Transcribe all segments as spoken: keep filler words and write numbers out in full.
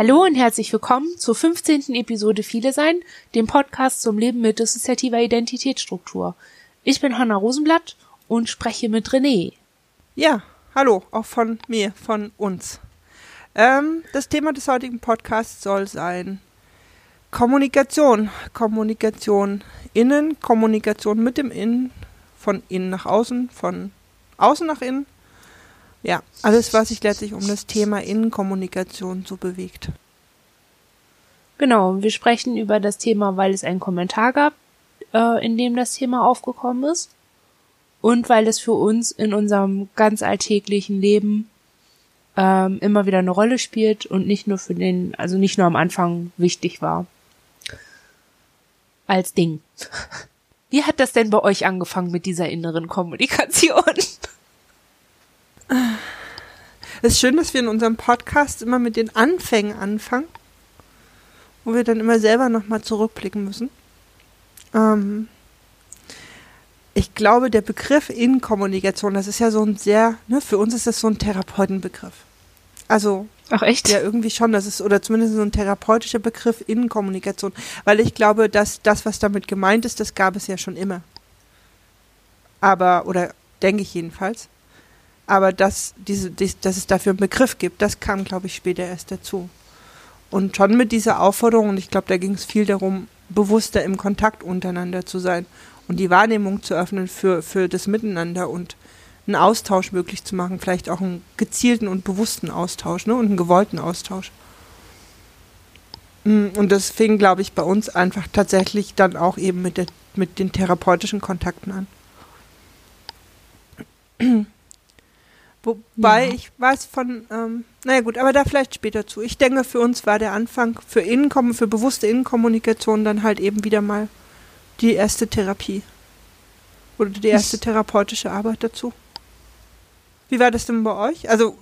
Hallo und herzlich willkommen zur fünfzehnten Episode Viele Sein, dem Podcast zum Leben mit dissoziativer Identitätsstruktur. Ich bin Hanna Rosenblatt und spreche mit René. Ja, hallo, auch von mir, von uns. Ähm, das Thema des heutigen Podcasts soll sein Kommunikation. Kommunikation innen, Kommunikation mit dem Innen, von innen nach außen, von außen nach innen. Ja, alles, was sich letztlich um das Thema Innenkommunikation so bewegt. Genau, wir sprechen über das Thema, weil es einen Kommentar gab, äh, in dem das Thema aufgekommen ist und weil es für uns in unserem ganz alltäglichen Leben ähm, immer wieder eine Rolle spielt und nicht nur für den, also nicht nur am Anfang wichtig war. Als Ding. Wie hat das denn bei euch angefangen mit dieser inneren Kommunikation? Es ist schön, dass wir in unserem Podcast immer mit den Anfängen anfangen, wo wir dann immer selber nochmal zurückblicken müssen. Ähm, ich glaube, der Begriff Innenkommunikation, das ist ja so ein sehr, ne, für uns ist das so ein Therapeutenbegriff. Also, ach echt? Ja, irgendwie schon, das ist, oder zumindest so ein therapeutischer Begriff Innenkommunikation, weil ich glaube, dass das, was damit gemeint ist, das gab es ja schon immer. Aber, oder denke ich jedenfalls. Aber dass, diese, dies, dass es dafür einen Begriff gibt, das kam, glaube ich, später erst dazu. Und schon mit dieser Aufforderung, und ich glaube, da ging es viel darum, bewusster im Kontakt untereinander zu sein und die Wahrnehmung zu öffnen für, für das Miteinander und einen Austausch möglich zu machen, vielleicht auch einen gezielten und bewussten Austausch, ne, und einen gewollten Austausch. Und das fing, glaube ich, bei uns einfach tatsächlich dann auch eben mit, der, mit den therapeutischen Kontakten an. Wobei, ja. Ich weiß von, ähm, naja gut, aber da vielleicht später zu. Ich denke, für uns war der Anfang für Innenkommen, für bewusste Innenkommunikation dann halt eben wieder mal die erste Therapie. Oder die erste therapeutische Arbeit dazu. Wie war das denn bei euch? Also,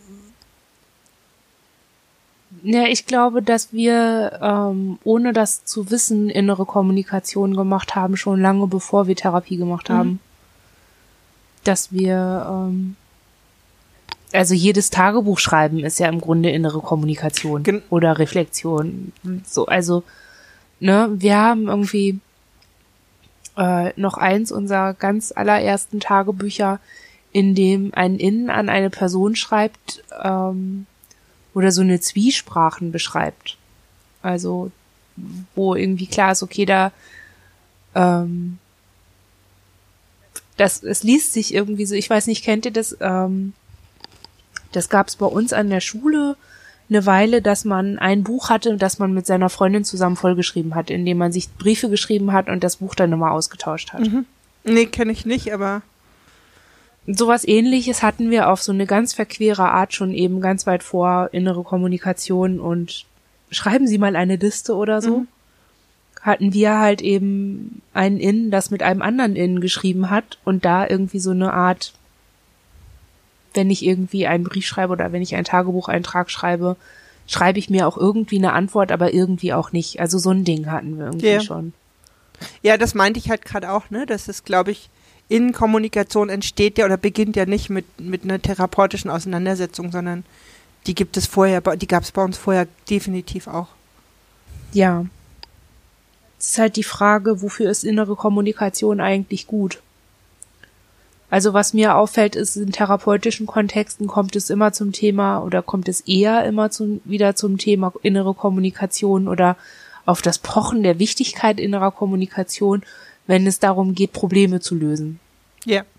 ja, ich glaube, dass wir, ähm, ohne das zu wissen, innere Kommunikation gemacht haben, schon lange bevor wir Therapie gemacht haben. Mhm. Dass wir, ähm, also jedes Tagebuch schreiben ist ja im Grunde innere Kommunikation Gen- oder Reflexion. So, also, ne, wir haben irgendwie äh, noch eins unserer ganz allerersten Tagebücher, in dem ein Innen an eine Person schreibt, ähm, oder so eine Zwiesprachen beschreibt. Also, wo irgendwie klar ist, okay, da, ähm, das, es liest sich irgendwie so, ich weiß nicht, kennt ihr das, ähm, das gab's bei uns an der Schule eine Weile, dass man ein Buch hatte, das man mit seiner Freundin zusammen vollgeschrieben hat, indem man sich Briefe geschrieben hat und das Buch dann immer ausgetauscht hat. Mhm. Nee, kenne ich nicht, aber sowas Ähnliches hatten wir auf so eine ganz verquere Art schon eben ganz weit vor innere Kommunikation und schreiben Sie mal eine Liste oder so. Mhm. Hatten wir halt eben ein Innen, das mit einem anderen Innen geschrieben hat und da irgendwie so eine Art, wenn ich irgendwie einen Brief schreibe oder wenn ich einen Tagebucheintrag schreibe, schreibe ich mir auch irgendwie eine Antwort, aber irgendwie auch nicht. Also so ein Ding hatten wir irgendwie yeah. schon. Ja, das meinte ich halt gerade auch, ne? Das ist, glaube ich, Innenkommunikation entsteht ja oder beginnt ja nicht mit, mit einer therapeutischen Auseinandersetzung, sondern die gibt es vorher, die gab es bei uns vorher definitiv auch. Ja. Es ist halt die Frage, wofür ist innere Kommunikation eigentlich gut? Also was mir auffällt, ist, in therapeutischen Kontexten kommt es immer zum Thema oder kommt es eher immer zum, wieder zum Thema innere Kommunikation oder auf das Pochen der Wichtigkeit innerer Kommunikation, wenn es darum geht, Probleme zu lösen. Ja. Yeah.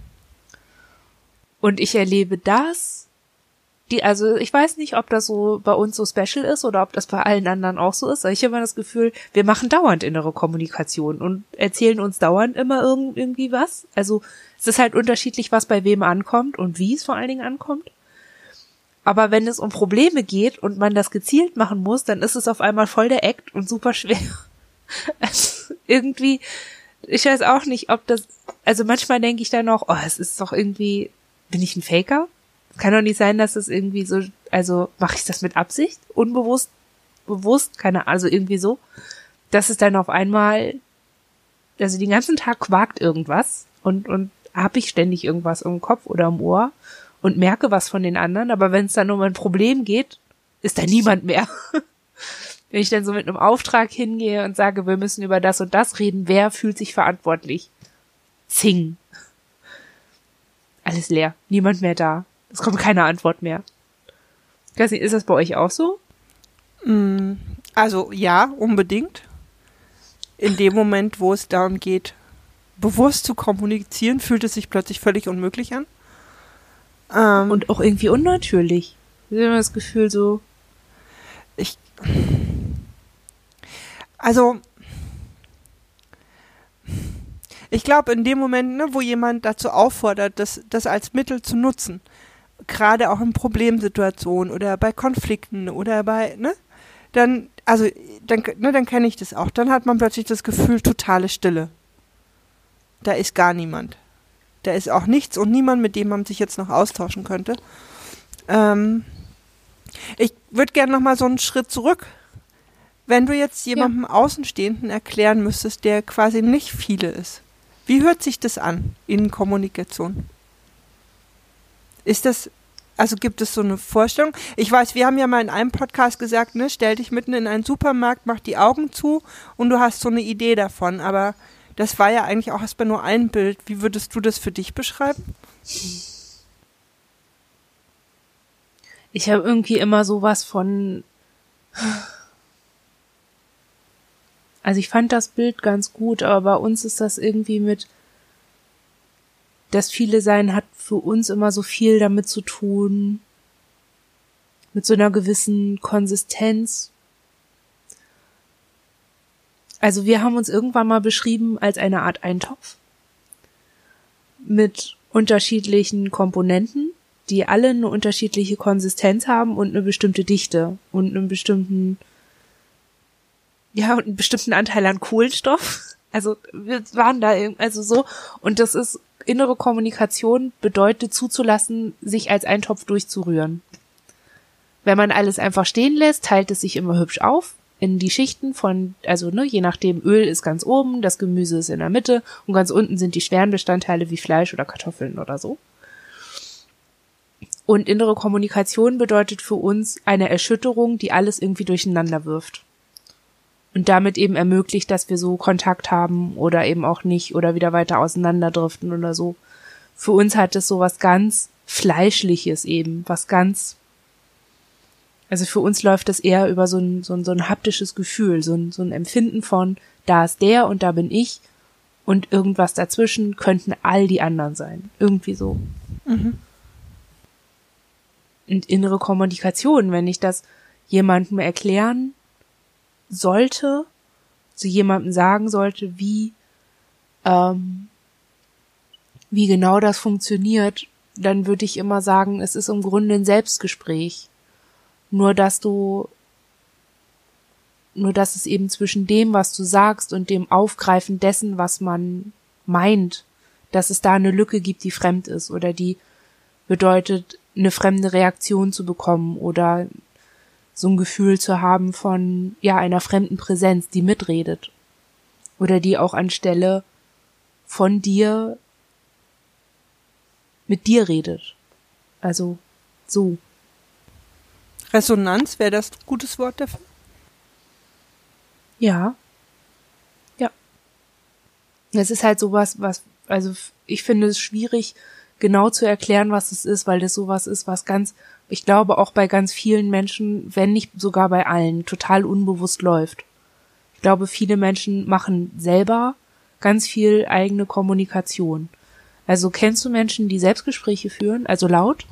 Und ich erlebe das, die, also ich weiß nicht, ob das so bei uns so special ist oder ob das bei allen anderen auch so ist, aber ich habe immer das Gefühl, wir machen dauernd innere Kommunikation und erzählen uns dauernd immer irgend, irgendwie was. Also es ist halt unterschiedlich, was bei wem ankommt und wie es vor allen Dingen ankommt. Aber wenn es um Probleme geht und man das gezielt machen muss, dann ist es auf einmal voll der Act und super schwer. Also irgendwie, ich weiß auch nicht, ob das, also manchmal denke ich dann auch, oh, es ist doch irgendwie, bin ich ein Faker? Es kann doch nicht sein, dass es irgendwie so, also mache ich das mit Absicht? Unbewusst? Bewusst? Keine Ahnung, also irgendwie so. Dass es dann auf einmal, also den ganzen Tag quakt irgendwas und, und habe ich ständig irgendwas im Kopf oder im Ohr und merke was von den anderen, aber wenn es dann um ein Problem geht, ist da niemand mehr. Wenn ich dann so mit einem Auftrag hingehe und sage, wir müssen über das und das reden, wer fühlt sich verantwortlich? Zing. Alles leer. Niemand mehr da. Es kommt keine Antwort mehr. Ich weiß nicht, ist das bei euch auch so? Also ja, unbedingt. In dem Moment, wo es darum geht, bewusst zu kommunizieren, fühlt es sich plötzlich völlig unmöglich an. Ähm, Und auch irgendwie unnatürlich. Ich habe immer das Gefühl so. Ich. Also. Ich glaube, in dem Moment, ne, wo jemand dazu auffordert, das, das als Mittel zu nutzen, gerade auch in Problemsituationen oder bei Konflikten oder bei, ne, dann, also, dann, ne, dann kenne ich das auch. Dann hat man plötzlich das Gefühl, totale Stille. Da ist gar niemand. Da ist auch nichts und niemand, mit dem man sich jetzt noch austauschen könnte. Ähm, ich würde gerne noch mal so einen Schritt zurück. Wenn du jetzt jemandem ja. Außenstehenden erklären müsstest, der quasi nicht viele ist, wie hört sich das an in Kommunikation? Ist das, also gibt es so eine Vorstellung? Ich weiß, wir haben ja mal in einem Podcast gesagt, ne, stell dich mitten in einen Supermarkt, mach die Augen zu und du hast so eine Idee davon, aber das war ja eigentlich auch erstmal nur ein Bild. Wie würdest du das für dich beschreiben? Ich habe irgendwie immer sowas von, also ich fand das Bild ganz gut, aber bei uns ist das irgendwie mit, das viele Sein hat für uns immer so viel damit zu tun, mit so einer gewissen Konsistenz. Also wir haben uns irgendwann mal beschrieben als eine Art Eintopf mit unterschiedlichen Komponenten, die alle eine unterschiedliche Konsistenz haben und eine bestimmte Dichte und einen bestimmten, ja, und einen bestimmten Anteil an Kohlenstoff. Also wir waren da, also so, und das ist, innere Kommunikation bedeutet zuzulassen, sich als Eintopf durchzurühren. Wenn man alles einfach stehen lässt, teilt es sich immer hübsch auf in die Schichten von, also ne, je nachdem, Öl ist ganz oben, das Gemüse ist in der Mitte und ganz unten sind die schweren Bestandteile wie Fleisch oder Kartoffeln oder so. Und innere Kommunikation bedeutet für uns eine Erschütterung, die alles irgendwie durcheinander wirft. Und damit eben ermöglicht, dass wir so Kontakt haben oder eben auch nicht oder wieder weiter auseinanderdriften oder so. Für uns hat es so was ganz Fleischliches eben, was ganz, also für uns läuft das eher über so ein, so ein, so ein haptisches Gefühl, so ein, so ein Empfinden von, da ist der und da bin ich und irgendwas dazwischen könnten all die anderen sein. Irgendwie so. Mhm. Und innere Kommunikation, wenn ich das jemandem erklären sollte, zu jemandem sagen sollte, wie, ähm, wie genau das funktioniert, dann würde ich immer sagen, es ist im Grunde ein Selbstgespräch. Nur, dass du, nur, dass es eben zwischen dem, was du sagst und dem Aufgreifen dessen, was man meint, dass es da eine Lücke gibt, die fremd ist oder die bedeutet, eine fremde Reaktion zu bekommen oder so ein Gefühl zu haben von, ja, einer fremden Präsenz, die mitredet. Oder die auch anstelle von dir mit dir redet. Also, so. Resonanz, wäre das ein gutes Wort dafür? Ja. Ja. Es ist halt sowas, was, also ich finde es schwierig, genau zu erklären, was es ist, weil das sowas ist, was ganz, ich glaube auch bei ganz vielen Menschen, wenn nicht sogar bei allen, total unbewusst läuft. Ich glaube, viele Menschen machen selber ganz viel eigene Kommunikation. Also kennst du Menschen, die Selbstgespräche führen, also laut?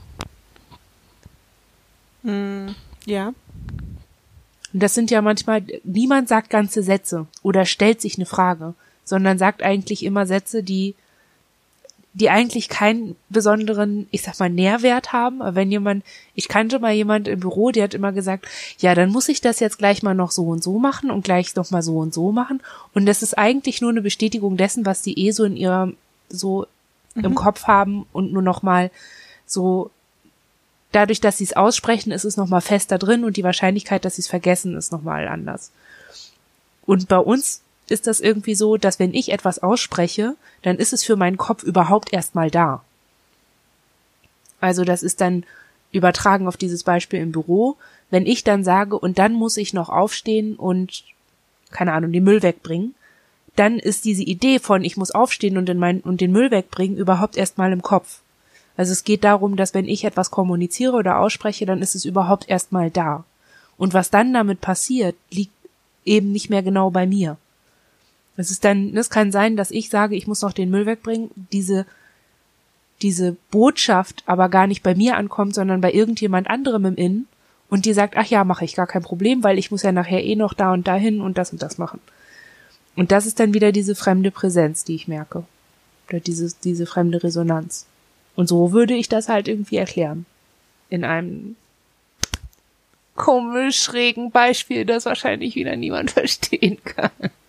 Mm, ja. Und das sind ja manchmal, niemand sagt ganze Sätze oder stellt sich eine Frage, sondern sagt eigentlich immer Sätze, die die eigentlich keinen besonderen, ich sag mal, Nährwert haben. Aber wenn jemand, ich kannte mal jemand im Büro, der hat immer gesagt, ja, dann muss ich das jetzt gleich mal noch so und so machen und gleich noch mal so und so machen. Und das ist eigentlich nur eine Bestätigung dessen, was die eh so in ihrer, so mhm. im Kopf haben und nur noch mal so, dadurch, dass sie es aussprechen, ist es noch mal fester drin und die Wahrscheinlichkeit, dass sie es vergessen, ist noch mal anders. Und bei uns ist das irgendwie so, dass wenn ich etwas ausspreche, dann ist es für meinen Kopf überhaupt erstmal da. Also das ist dann übertragen auf dieses Beispiel im Büro, wenn ich dann sage, und dann muss ich noch aufstehen und, keine Ahnung, den Müll wegbringen, dann ist diese Idee von, ich muss aufstehen und, in mein, und den Müll wegbringen, überhaupt erst mal im Kopf. Also es geht darum, dass wenn ich etwas kommuniziere oder ausspreche, dann ist es überhaupt erst mal da. Und was dann damit passiert, liegt eben nicht mehr genau bei mir. Es ist dann, es kann sein, dass ich sage, ich muss noch den Müll wegbringen, diese diese Botschaft aber gar nicht bei mir ankommt, sondern bei irgendjemand anderem im Innen und die sagt, ach ja, mache ich, gar kein Problem, weil ich muss ja nachher eh noch da und dahin und das und das machen. Und das ist dann wieder diese fremde Präsenz, die ich merke. Oder diese, diese fremde Resonanz. Und so würde ich das halt irgendwie erklären. In einem komisch schrägen Beispiel, das wahrscheinlich wieder niemand verstehen kann.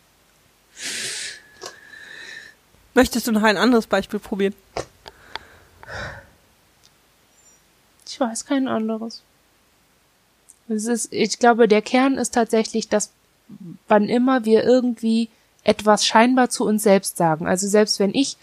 Möchtest du noch ein anderes Beispiel probieren? Ich weiß kein anderes. Es ist, ich glaube, der Kern ist tatsächlich, dass wann immer wir irgendwie etwas scheinbar zu uns selbst sagen, also selbst wenn ich,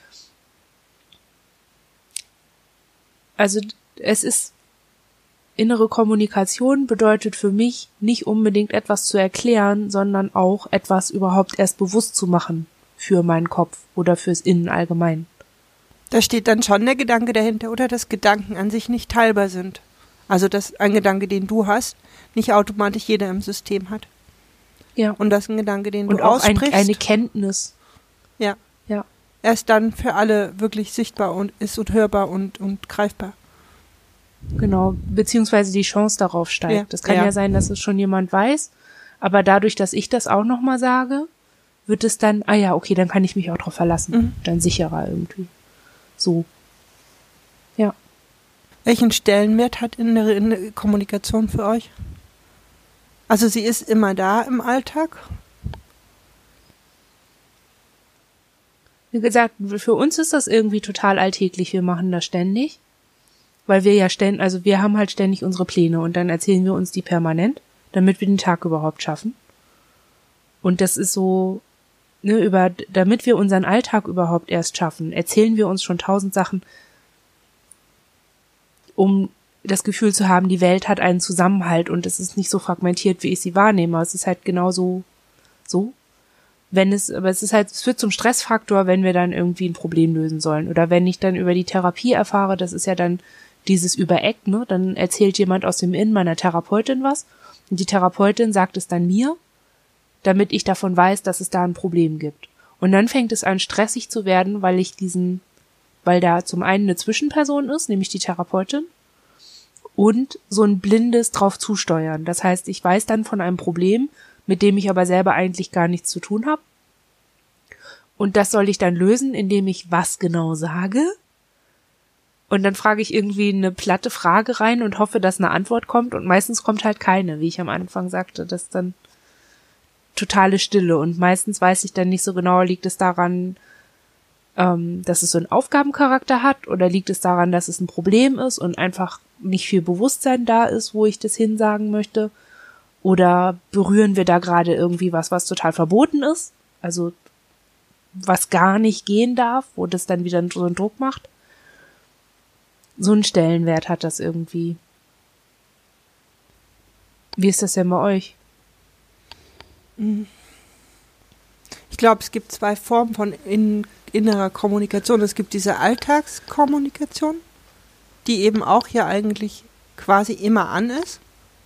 also es ist, innere Kommunikation bedeutet für mich nicht unbedingt etwas zu erklären, sondern auch etwas überhaupt erst bewusst zu machen für meinen Kopf oder fürs Innen allgemein. Da steht dann schon der Gedanke dahinter, oder dass Gedanken an sich nicht teilbar sind. Also dass ein Gedanke, den du hast, nicht automatisch jeder im System hat. Ja. Und dass ein Gedanke, den und du auch aussprichst, ein, eine Kenntnis. Ja. Ja. erst dann für alle wirklich sichtbar und ist und hörbar und, und greifbar. Genau, beziehungsweise die Chance darauf steigt. Ja. Das kann Ja. ja sein, dass es schon jemand weiß, aber dadurch, dass ich das auch nochmal sage, wird es dann, ah ja, okay, dann kann ich mich auch drauf verlassen. Mhm. Dann sicherer irgendwie. So. Ja. Welchen Stellenwert hat innere, innere Kommunikation für euch? Also sie ist immer da im Alltag? Wie gesagt, für uns ist das irgendwie total alltäglich. Wir machen das ständig, weil wir ja ständig, also wir haben halt ständig unsere Pläne und dann erzählen wir uns die permanent, damit wir den Tag überhaupt schaffen. Und das ist so, ne, über, damit wir unseren Alltag überhaupt erst schaffen, erzählen wir uns schon tausend Sachen, um das Gefühl zu haben, die Welt hat einen Zusammenhalt und es ist nicht so fragmentiert, wie ich sie wahrnehme. Es ist halt genauso so. Wenn es, aber es ist halt, es wird zum Stressfaktor, wenn wir dann irgendwie ein Problem lösen sollen. Oder wenn ich dann über die Therapie erfahre, das ist ja dann dieses Übereck, ne? Dann erzählt jemand aus dem Innen meiner Therapeutin was und die Therapeutin sagt es dann mir, damit ich davon weiß, dass es da ein Problem gibt. Und dann fängt es an, stressig zu werden, weil ich diesen, weil da zum einen eine Zwischenperson ist, nämlich die Therapeutin, und so ein blindes drauf zusteuern. Das heißt, ich weiß dann von einem Problem, mit dem ich aber selber eigentlich gar nichts zu tun habe. Und das soll ich dann lösen, indem ich was genau sage. Und dann frage ich irgendwie eine platte Frage rein und hoffe, dass eine Antwort kommt. Und meistens kommt halt keine, wie ich am Anfang sagte. Das ist dann totale Stille. Und meistens weiß ich dann nicht so genau, liegt es daran, ähm, dass es so einen Aufgabencharakter hat, oder liegt es daran, dass es ein Problem ist und einfach nicht viel Bewusstsein da ist, wo ich das hinsagen möchte. Oder berühren wir da gerade irgendwie was, was total verboten ist? Also was gar nicht gehen darf, wo das dann wieder so einen Druck macht? So einen Stellenwert hat das irgendwie. Wie ist das denn bei euch? Ich glaube, es gibt zwei Formen von in, innerer Kommunikation. Es gibt diese Alltagskommunikation, die eben auch ja eigentlich quasi immer an ist.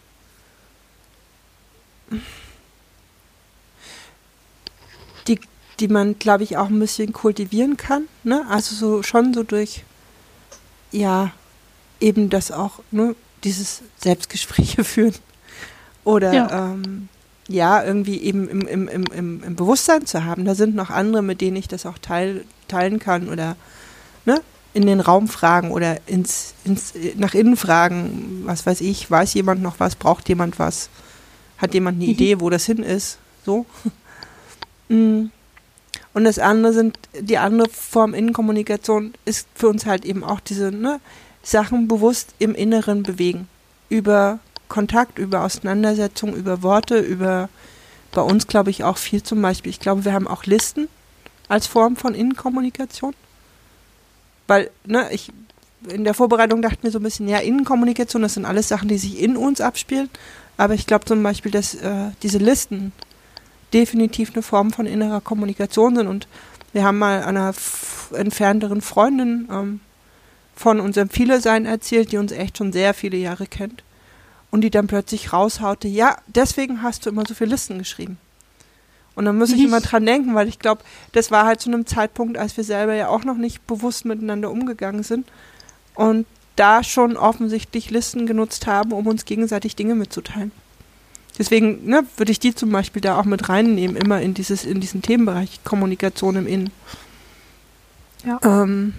Die, die man, glaube ich, auch ein bisschen kultivieren kann, ne? Also so schon so durch, ja, eben das auch, ne, dieses Selbstgespräche führen. Oder ja, ähm, ja irgendwie eben im, im, im, im, im Bewusstsein zu haben. Da sind noch andere, mit denen ich das auch teil, teilen kann oder, ne, in den Raum fragen oder ins, ins, nach innen fragen, was weiß ich, weiß jemand noch was, braucht jemand was? Hat jemand eine Idee, wo das hin ist? So. Und das andere sind, die andere Form Innenkommunikation ist für uns halt eben auch diese, ne, Sachen bewusst im Inneren bewegen. Über Kontakt, über Auseinandersetzung, über Worte, über, bei uns glaube ich auch viel zum Beispiel. Ich glaube, wir haben auch Listen als Form von Innenkommunikation. Weil, ne, ich in der Vorbereitung dachten wir so ein bisschen, ja, Innenkommunikation, das sind alles Sachen, die sich in uns abspielen. Aber ich glaube zum Beispiel, dass äh, diese Listen definitiv eine Form von innerer Kommunikation sind. Und wir haben mal einer f- entfernteren Freundin ähm, von unserem Viele-Sein erzählt, die uns echt schon sehr viele Jahre kennt. Und die dann plötzlich raushaute, ja, deswegen hast du immer so viele Listen geschrieben. Und dann muss ich immer dran denken, weil ich glaube, das war halt zu einem Zeitpunkt, als wir selber ja auch noch nicht bewusst miteinander umgegangen sind und da schon offensichtlich Listen genutzt haben, um uns gegenseitig Dinge mitzuteilen. Deswegen ne, würde ich die zum Beispiel da auch mit reinnehmen, immer in dieses in diesen Themenbereich Kommunikation im Innen. Ja. Ähm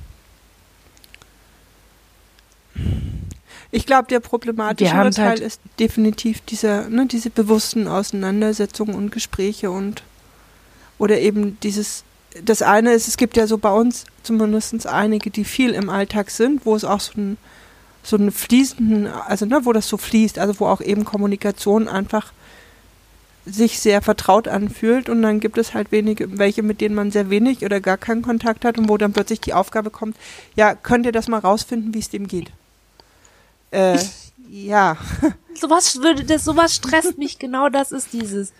ich glaube, der problematischere Teil halt ist definitiv dieser, ne, diese bewussten Auseinandersetzungen und Gespräche und oder eben dieses, das eine ist, es gibt ja so bei uns zumindest einige, die viel im Alltag sind, wo es auch so ein so einen fließenden, also ne, wo das so fließt, also wo auch eben Kommunikation einfach sich sehr vertraut anfühlt und dann gibt es halt wenige, welche, mit denen man sehr wenig oder gar keinen Kontakt hat und wo dann plötzlich die Aufgabe kommt, ja, könnt ihr das mal rausfinden, wie es dem geht? Äh, ja. Sowas würde, das, sowas stresst mich, genau das ist dieses.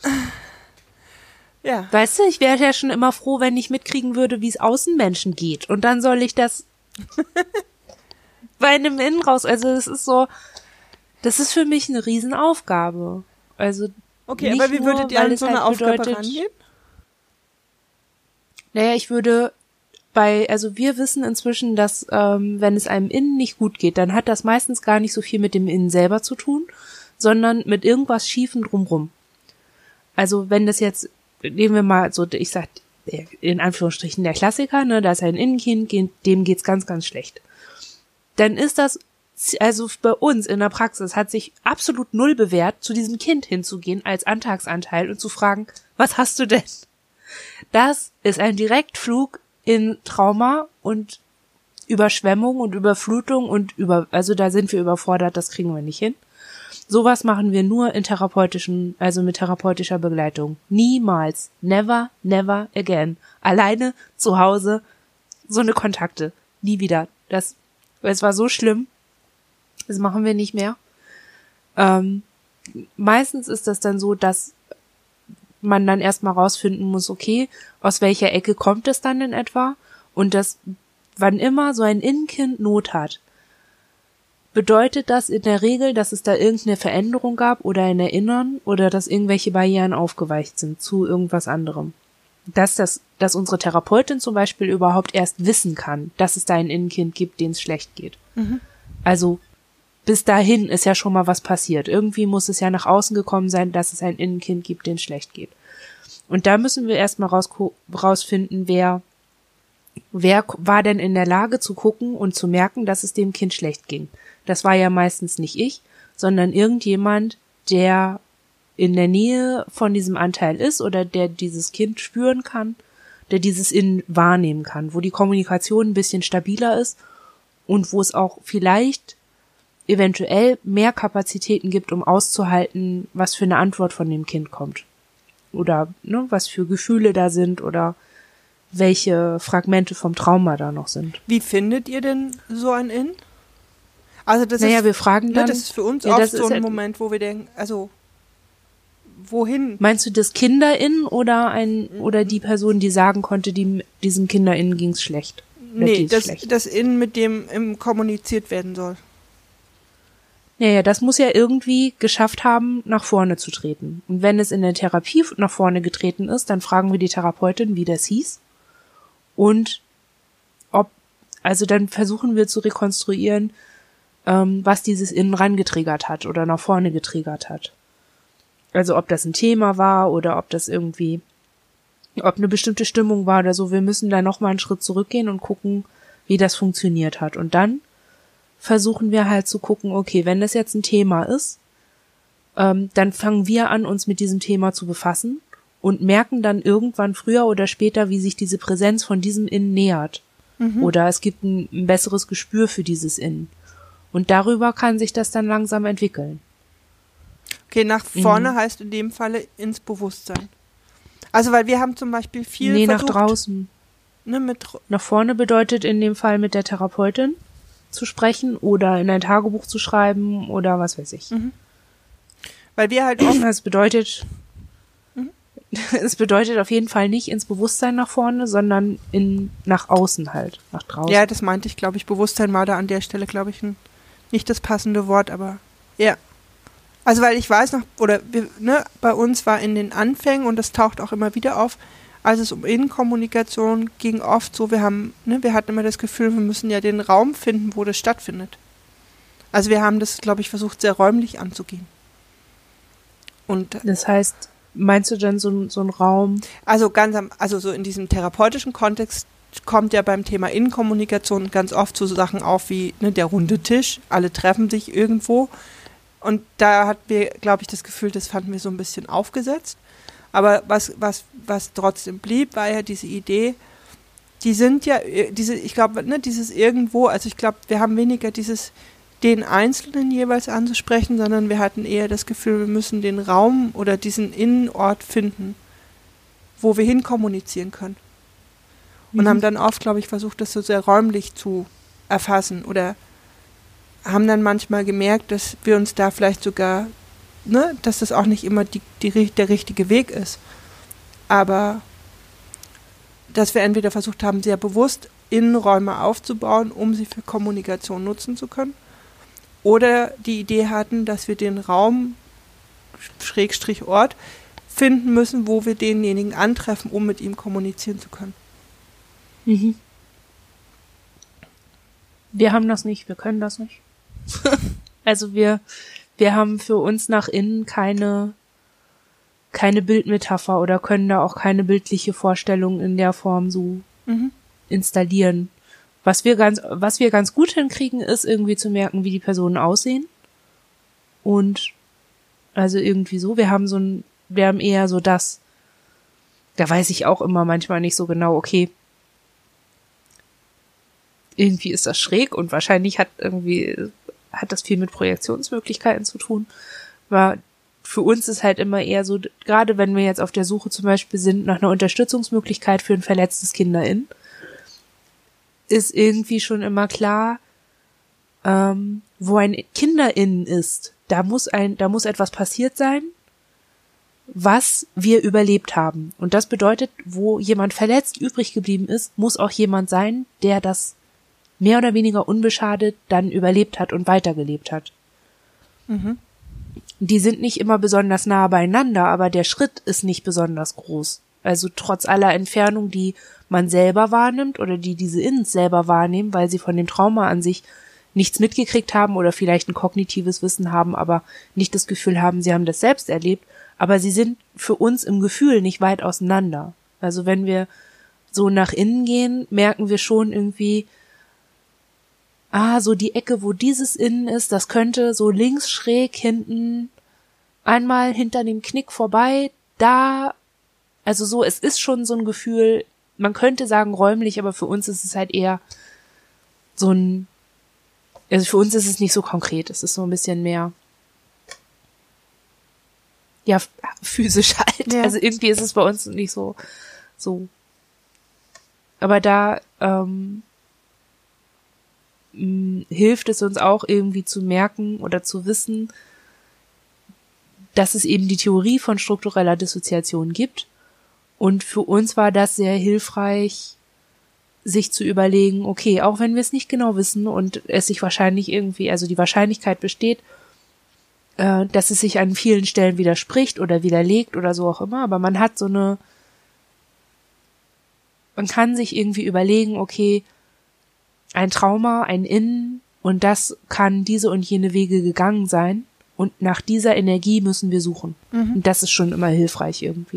Ja. Weißt du, ich wäre ja schon immer froh, wenn ich mitkriegen würde, wie es Außenmenschen geht und dann soll ich das bei einem Innen raus, also das ist so, das ist für mich eine Riesenaufgabe. Also okay, nicht aber wie nur, würdet ihr weil an es so eine halt Aufgabe bedeutet, rangehen? Naja, ich würde bei, also wir wissen inzwischen, dass ähm, wenn es einem Innen nicht gut geht, dann hat das meistens gar nicht so viel mit dem Innen selber zu tun, sondern mit irgendwas Schiefen drumrum. Also wenn das jetzt, nehmen wir mal so, ich sag in Anführungsstrichen der Klassiker, ne, da ist ein Innenkind, dem geht's ganz, ganz schlecht. Dann ist das, also bei uns in der Praxis hat sich absolut null bewährt, zu diesem Kind hinzugehen als Antragsanteil und zu fragen, was hast du denn? Das ist ein Direktflug in Trauma und Überschwemmung und Überflutung und über, also da sind wir überfordert, das kriegen wir nicht hin. Sowas machen wir nur in therapeutischen, also mit therapeutischer Begleitung. Niemals, never, never again. Alleine zu Hause, so eine Kontakte. Nie wieder. Das, es war so schlimm. Das machen wir nicht mehr. Ähm, meistens ist das dann so, dass man dann erstmal rausfinden muss, okay, aus welcher Ecke kommt es dann in etwa? Und dass, wann immer so ein Innenkind Not hat, bedeutet das in der Regel, dass es da irgendeine Veränderung gab oder ein Erinnern oder dass irgendwelche Barrieren aufgeweicht sind zu irgendwas anderem. Dass das, dass unsere Therapeutin zum Beispiel überhaupt erst wissen kann, dass es da ein Innenkind gibt, dem es schlecht geht. Mhm. Also bis dahin ist ja schon mal was passiert. Irgendwie muss es ja nach außen gekommen sein, dass es ein Innenkind gibt, dem es schlecht geht. Und da müssen wir erstmal raus, rausfinden, wer, wer war denn in der Lage zu gucken und zu merken, dass es dem Kind schlecht ging. Das war ja meistens nicht ich, sondern irgendjemand, der in der Nähe von diesem Anteil ist oder der dieses Kind spüren kann, der dieses Innen wahrnehmen kann, wo die Kommunikation ein bisschen stabiler ist und wo es auch vielleicht eventuell mehr Kapazitäten gibt, um auszuhalten, was für eine Antwort von dem Kind kommt. Oder ne, was für Gefühle da sind oder welche Fragmente vom Trauma da noch sind. Wie findet ihr denn so ein Innen? Also das naja, ist, wir fragen dann, ne, das ist für uns ja, oft so ein halt, Moment, wo wir denken, also wohin? Meinst du das KinderInnen oder ein oder die Person, die sagen konnte, die, diesem KinderInnen ging's schlecht? Nee, das, das Innen, mit dem im kommuniziert werden soll. Ja, ja, das muss ja irgendwie geschafft haben, nach vorne zu treten. Und wenn es in der Therapie nach vorne getreten ist, dann fragen wir die Therapeutin, wie das hieß. Und ob, also dann versuchen wir zu rekonstruieren, ähm, was dieses Innen rangetriggert hat oder nach vorne getriggert hat. Also ob das ein Thema war oder ob das irgendwie, ob eine bestimmte Stimmung war oder so. Wir müssen da nochmal einen Schritt zurückgehen und gucken, wie das funktioniert hat. Und dann versuchen wir halt zu gucken, okay, wenn das jetzt ein Thema ist, ähm, dann fangen wir an, uns mit diesem Thema zu befassen und merken dann irgendwann früher oder später, wie sich diese Präsenz von diesem Innen nähert. Mhm. Oder es gibt ein, ein besseres Gespür für dieses Innen. Und darüber kann sich das dann langsam entwickeln. Okay, nach vorne mhm. heißt in dem Falle ins Bewusstsein. Also weil wir haben zum Beispiel viel nee, versucht. nach draußen. ne, mit nach vorne bedeutet in dem Fall mit der Therapeutin zu sprechen oder in ein Tagebuch zu schreiben oder was weiß ich. Mhm. Weil wir halt auch... Es bedeutet, Mhm. es bedeutet auf jeden Fall nicht ins Bewusstsein nach vorne, sondern in nach außen halt, nach draußen. Ja, das meinte ich, glaube ich. Bewusstsein war da an der Stelle, glaube ich, ein, nicht das passende Wort, aber ja. Also weil ich weiß noch, oder wir, ne, bei uns war in den Anfängen, und das taucht auch immer wieder auf, als es um Innenkommunikation ging, oft so, wir haben, ne, wir hatten immer das Gefühl, wir müssen ja den Raum finden, wo das stattfindet. Also wir haben das, glaube ich, versucht, sehr räumlich anzugehen. Und das heißt, meinst du dann so, so einen Raum? Also ganz am, also so in diesem therapeutischen Kontext kommt ja beim Thema Innenkommunikation ganz oft so Sachen auf wie, ne, der runde Tisch, alle treffen sich irgendwo. Und da hatten wir, glaube ich, das Gefühl, das fanden wir so ein bisschen aufgesetzt. Aber was, was, was trotzdem blieb, war ja diese Idee, die sind ja, diese, ich glaube, ne, dieses irgendwo, also ich glaube, wir haben weniger dieses, den Einzelnen jeweils anzusprechen, sondern wir hatten eher das Gefühl, wir müssen den Raum oder diesen Innenort finden, wo wir hinkommunizieren können. Und mhm. haben dann oft, glaube ich, versucht, das so sehr räumlich zu erfassen oder haben dann manchmal gemerkt, dass wir uns da vielleicht sogar, ne, dass das auch nicht immer die, die, der richtige Weg ist. Aber dass wir entweder versucht haben, sehr bewusst Innenräume aufzubauen, um sie für Kommunikation nutzen zu können, oder die Idee hatten, dass wir den Raum, Schrägstrich Ort, finden müssen, wo wir denjenigen antreffen, um mit ihm kommunizieren zu können. Mhm. Wir haben das nicht, wir können das nicht. Also wir, wir haben für uns nach innen keine, keine Bildmetapher oder können da auch keine bildliche Vorstellung in der Form so mhm. installieren. Was wir ganz, was wir ganz gut hinkriegen, ist irgendwie zu merken, wie die Personen aussehen. Und also irgendwie so, wir haben so ein, wir haben eher so das, da weiß ich auch immer manchmal nicht so genau, okay, irgendwie ist das schräg und wahrscheinlich hat irgendwie, hat das viel mit Projektionsmöglichkeiten zu tun. Aber für uns ist halt immer eher so, gerade wenn wir jetzt auf der Suche zum Beispiel sind nach einer Unterstützungsmöglichkeit für ein verletztes Kinderin, ist irgendwie schon immer klar, ähm, wo ein Kinderinnen ist, da muss ein, da muss etwas passiert sein, was wir überlebt haben. Und das bedeutet, wo jemand verletzt übrig geblieben ist, muss auch jemand sein, der das mehr oder weniger unbeschadet dann überlebt hat und weitergelebt hat. Mhm. Die sind nicht immer besonders nah beieinander, aber der Schritt ist nicht besonders groß. Also trotz aller Entfernung, die man selber wahrnimmt oder die diese Innens selber wahrnehmen, weil sie von dem Trauma an sich nichts mitgekriegt haben oder vielleicht ein kognitives Wissen haben, aber nicht das Gefühl haben, sie haben das selbst erlebt, aber sie sind für uns im Gefühl nicht weit auseinander. Also wenn wir so nach innen gehen, merken wir schon irgendwie, ah, so die Ecke, wo dieses Innen ist, das könnte so links schräg hinten, einmal hinter dem Knick vorbei, da, also so, es ist schon so ein Gefühl, man könnte sagen räumlich, aber für uns ist es halt eher so ein, also für uns ist es nicht so konkret, es ist so ein bisschen mehr, ja, physisch halt, ja. Also irgendwie ist es bei uns nicht so, so, aber da, ähm, hilft es uns auch irgendwie zu merken oder zu wissen, dass es eben die Theorie von struktureller Dissoziation gibt. Und für uns war das sehr hilfreich, sich zu überlegen, okay, auch wenn wir es nicht genau wissen und es sich wahrscheinlich irgendwie, also die Wahrscheinlichkeit besteht, äh, dass es sich an vielen Stellen widerspricht oder widerlegt oder so auch immer, aber man hat so eine, man kann sich irgendwie überlegen, okay, ein Trauma, ein Innen, und das kann diese und jene Wege gegangen sein, und nach dieser Energie müssen wir suchen. Mhm. Und das ist schon immer hilfreich irgendwie.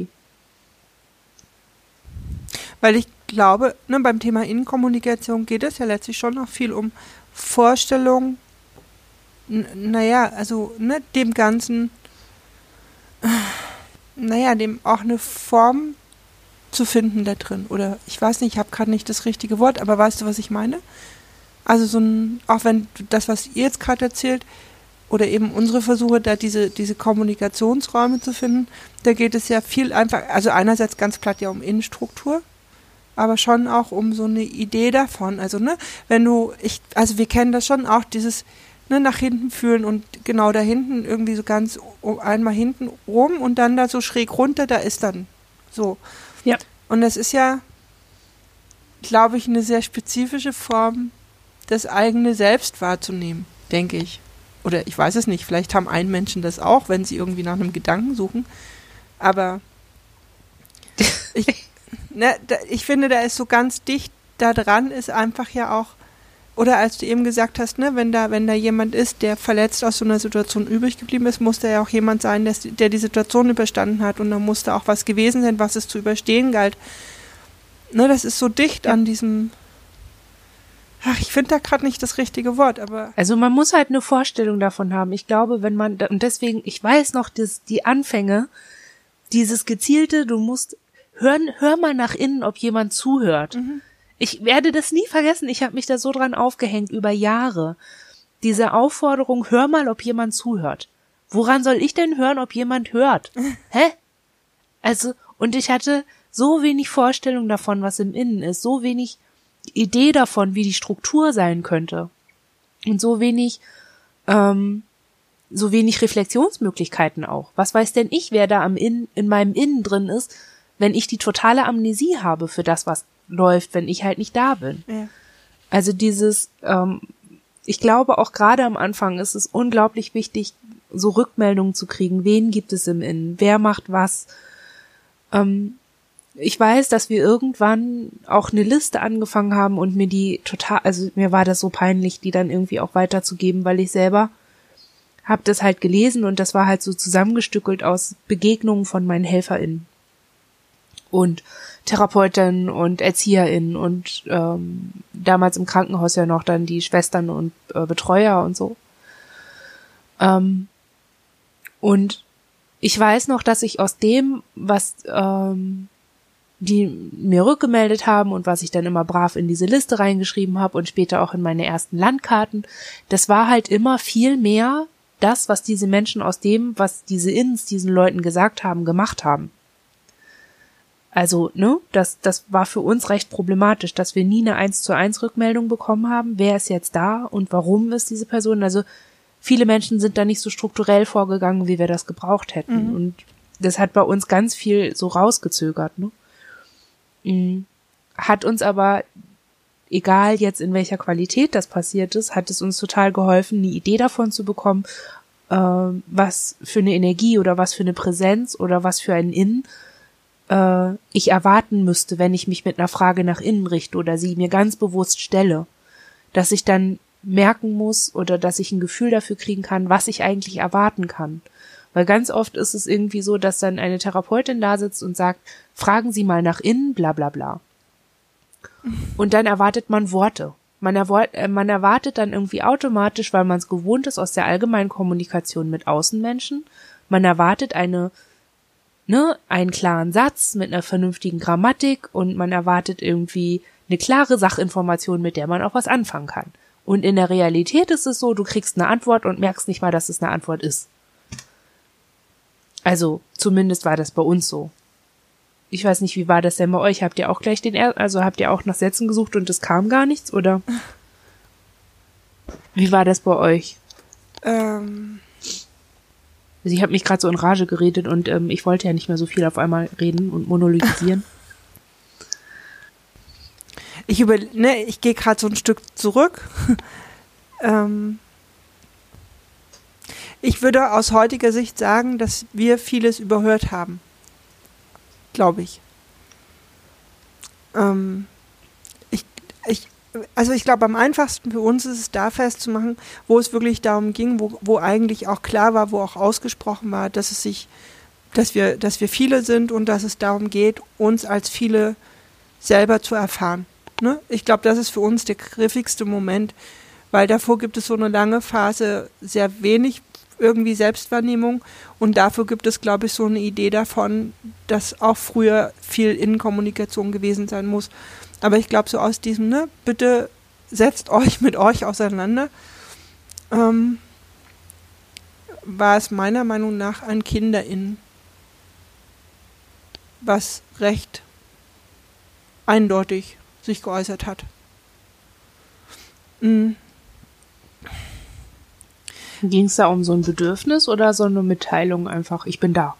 Weil ich glaube, ne, beim Thema Innenkommunikation geht es ja letztlich schon noch viel um Vorstellung, n- naja, also ne, dem Ganzen, naja, dem auch eine Form zu finden da drin. Oder ich weiß nicht, ich habe gerade nicht das richtige Wort, aber weißt du, was ich meine? Also so ein, auch wenn das, was ihr jetzt gerade erzählt, oder eben unsere Versuche, da diese, diese Kommunikationsräume zu finden, da geht es ja viel einfach, also einerseits ganz platt ja um Innenstruktur, aber schon auch um so eine Idee davon. Also, ne, wenn du, ich, also wir kennen das schon auch, dieses, ne, nach hinten fühlen und genau da hinten irgendwie so ganz einmal hinten rum und dann da so schräg runter, da ist dann so. Ja. Und das ist ja, glaube ich, eine sehr spezifische Form, das eigene Selbst wahrzunehmen, denke ich. Oder ich weiß es nicht, vielleicht haben ein Menschen das auch, wenn sie irgendwie nach einem Gedanken suchen. Aber ich, ne, da, ich finde, da ist so ganz dicht da dran, ist einfach ja auch, oder als du eben gesagt hast, ne, wenn da, wenn da jemand ist, der verletzt aus so einer Situation übrig geblieben ist, muss da ja auch jemand sein, der, der die Situation überstanden hat und da muss da auch was gewesen sein, was es zu überstehen galt. Ne, das ist so dicht ja. an diesem, ach, ich finde da gerade nicht das richtige Wort, aber. Also man muss halt eine Vorstellung davon haben. Ich glaube, wenn man, und deswegen, ich weiß noch, das, die Anfänge, dieses gezielte, du musst, hören, hör mal nach innen, ob jemand zuhört. Mhm. Ich werde das nie vergessen, ich habe mich da so dran aufgehängt, über Jahre. Diese Aufforderung, hör mal, ob jemand zuhört. Woran soll ich denn hören, ob jemand hört? Hä? Also, und ich hatte so wenig Vorstellung davon, was im Innen ist, so wenig Idee davon, wie die Struktur sein könnte. Und so wenig, ähm, so wenig Reflexionsmöglichkeiten auch. Was weiß denn ich, wer da am Innen, in meinem Innen drin ist, wenn ich die totale Amnesie habe für das, was läuft, wenn ich halt nicht da bin. Ja. Also dieses, ähm, ich glaube auch gerade am Anfang ist es unglaublich wichtig, so Rückmeldungen zu kriegen. Wen gibt es im Innen? Wer macht was? Ähm, ich weiß, dass wir irgendwann auch eine Liste angefangen haben und mir die total, also mir war das so peinlich, die dann irgendwie auch weiterzugeben, weil ich selber habe das halt gelesen und das war halt so zusammengestückelt aus Begegnungen von meinen HelferInnen und Therapeutinnen und ErzieherInnen und ähm, damals im Krankenhaus ja noch dann die Schwestern und äh, Betreuer und so. Ähm, und ich weiß noch, dass ich aus dem, was ähm, die mir rückgemeldet haben und was ich dann immer brav in diese Liste reingeschrieben habe und später auch in meine ersten Landkarten, das war halt immer viel mehr das, was diese Menschen aus dem, was diese Inns diesen Leuten gesagt haben, gemacht haben. Also, ne, das, das war für uns recht problematisch, dass wir nie eine eins zu eins Rückmeldung bekommen haben, wer ist jetzt da und warum ist diese Person. Also viele Menschen sind da nicht so strukturell vorgegangen, wie wir das gebraucht hätten. Mhm. Und das hat bei uns ganz viel so rausgezögert, ne? Hat uns aber, egal jetzt in welcher Qualität das passiert ist, hat es uns total geholfen, eine Idee davon zu bekommen, äh, was für eine Energie oder was für eine Präsenz oder was für ein Innen äh, ich erwarten müsste, wenn ich mich mit einer Frage nach innen richte oder sie mir ganz bewusst stelle, dass ich dann merken muss oder dass ich ein Gefühl dafür kriegen kann, was ich eigentlich erwarten kann. Weil ganz oft ist es irgendwie so, dass dann eine Therapeutin da sitzt und sagt, fragen Sie mal nach innen, bla bla bla. Und dann erwartet man Worte. Man, erwart, äh, man erwartet dann irgendwie automatisch, weil man es gewohnt ist aus der allgemeinen Kommunikation mit Außenmenschen, man erwartet eine, ne, einen klaren Satz mit einer vernünftigen Grammatik und man erwartet irgendwie eine klare Sachinformation, mit der man auch was anfangen kann. Und in der Realität ist es so, du kriegst eine Antwort und merkst nicht mal, dass es eine Antwort ist. Also, zumindest war das bei uns so. Ich weiß nicht, wie war das denn bei euch? Habt ihr auch gleich den, er- also habt ihr auch nach Sätzen gesucht und es kam gar nichts, oder? Wie war das bei euch? Ähm. Also ich habe mich gerade so in Rage geredet und ähm, ich wollte ja nicht mehr so viel auf einmal reden und monologisieren. Ich über, ne, ich gehe gerade so ein Stück zurück. ähm. Ich würde aus heutiger Sicht sagen, dass wir vieles überhört haben. Glaube ich. Ähm, ich, ich. Also ich glaube, am einfachsten für uns ist es da festzumachen, wo es wirklich darum ging, wo, wo eigentlich auch klar war, wo auch ausgesprochen war, dass es sich, dass wir, dass wir viele sind und dass es darum geht, uns als viele selber zu erfahren. Ne? Ich glaube, das ist für uns der griffigste Moment, weil davor gibt es so eine lange Phase sehr wenig irgendwie Selbstwahrnehmung und dafür gibt es, glaube ich, so eine Idee davon, dass auch früher viel Innenkommunikation gewesen sein muss. Aber ich glaube, so aus diesem, ne, bitte setzt euch mit euch auseinander, ähm, war es meiner Meinung nach ein Kinderinnen, was recht eindeutig sich geäußert hat. Mhm. Ging es da um so ein Bedürfnis oder so eine Mitteilung einfach, ich bin da?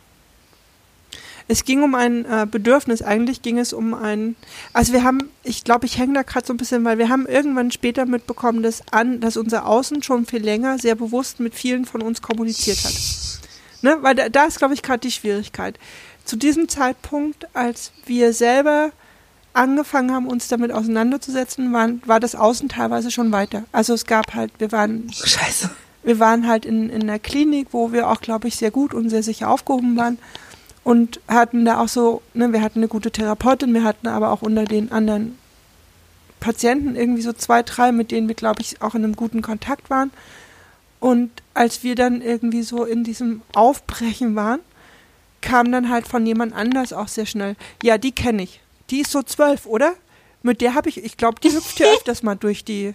Es ging um ein äh, Bedürfnis, eigentlich ging es um ein, also wir haben, ich glaube, ich hänge da gerade so ein bisschen, weil wir haben irgendwann später mitbekommen, dass, an, dass unser Außen schon viel länger sehr bewusst mit vielen von uns kommuniziert hat. Ne? Weil da, da ist, glaube ich, gerade die Schwierigkeit. Zu diesem Zeitpunkt, als wir selber angefangen haben, uns damit auseinanderzusetzen, waren, war das Außen teilweise schon weiter. Also es gab halt, wir waren... Scheiße. Wir waren halt in, in einer Klinik, wo wir auch, glaube ich, sehr gut und sehr sicher aufgehoben waren. Und hatten da auch so, ne, wir hatten eine gute Therapeutin, wir hatten aber auch unter den anderen Patienten irgendwie so zwei, drei, mit denen wir, glaube ich, auch in einem guten Kontakt waren. Und als wir dann irgendwie so in diesem Aufbrechen waren, kam dann halt von jemand anders auch sehr schnell, ja, die kenne ich. Die ist so zwölf, oder? Mit der habe ich, ich glaube, die hüpft hier öfters mal durch die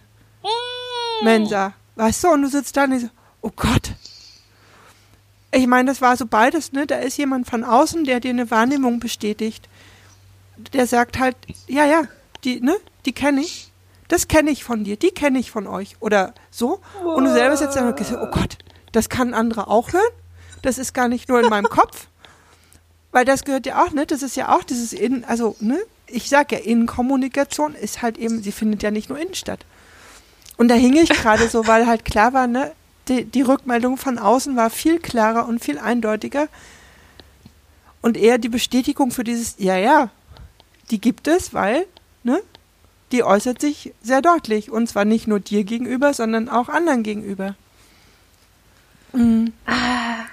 Mensa. Weißt du, und du sitzt da und ich so, oh Gott. Ich meine, das war so beides, ne? Da ist jemand von außen, der dir eine Wahrnehmung bestätigt. Der sagt halt, ja, ja, die, ne? Die kenne ich. Das kenne ich von dir, die kenne ich von euch. Oder so. Und du selber sitzt da und sagst, oh Gott, das kann andere auch hören? Das ist gar nicht nur in meinem Kopf. Weil das gehört ja auch, ne? Das ist ja auch dieses Innen, also, ne? Ich sag ja, Innenkommunikation ist halt eben, sie findet ja nicht nur innen statt. Und da hing ich gerade so, weil halt klar war, ne? Die, die Rückmeldung von außen war viel klarer und viel eindeutiger. Und eher die Bestätigung für dieses, ja, ja, die gibt es, weil, ne? Die äußert sich sehr deutlich. Und zwar nicht nur dir gegenüber, sondern auch anderen gegenüber. Mhm. Ah.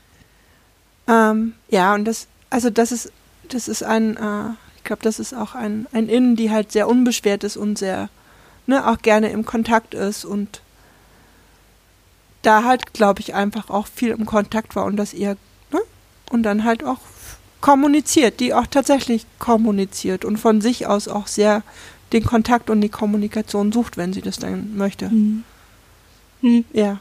Ähm, ja, und das, also das ist, das ist ein, äh, ich glaube, das ist auch ein, ein Innen, die halt sehr unbeschwert ist und sehr, ne, auch gerne im Kontakt ist und da halt, glaube ich, einfach auch viel im Kontakt war und das eher, ne, und dann halt auch kommuniziert, die auch tatsächlich kommuniziert und von sich aus auch sehr den Kontakt und die Kommunikation sucht, wenn sie das dann möchte. Mhm. Mhm. Ja.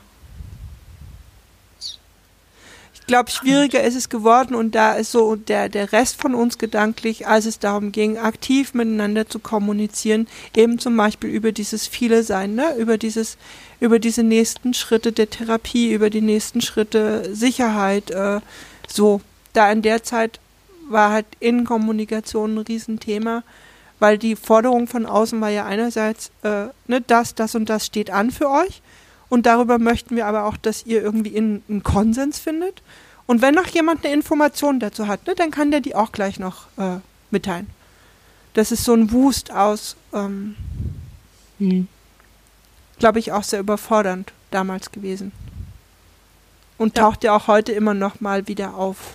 Ich glaube, schwieriger ist es geworden und da ist so der, der Rest von uns gedanklich, als es darum ging, aktiv miteinander zu kommunizieren, eben zum Beispiel über dieses Viele Sein, ne? über dieses, über diese nächsten Schritte der Therapie, über die nächsten Schritte Sicherheit, äh, so. Da in der Zeit war halt Innenkommunikation ein Riesenthema, weil die Forderung von außen war ja einerseits, äh, ne, das, das und das steht an für euch. Und darüber möchten wir aber auch, dass ihr irgendwie in, einen Konsens findet. Und wenn noch jemand eine Information dazu hat, ne, dann kann der die auch gleich noch äh, mitteilen. Das ist so ein Wust aus, ähm, hm. glaube ich, auch sehr überfordernd damals gewesen. Und ja. Taucht ja auch heute immer noch mal wieder auf.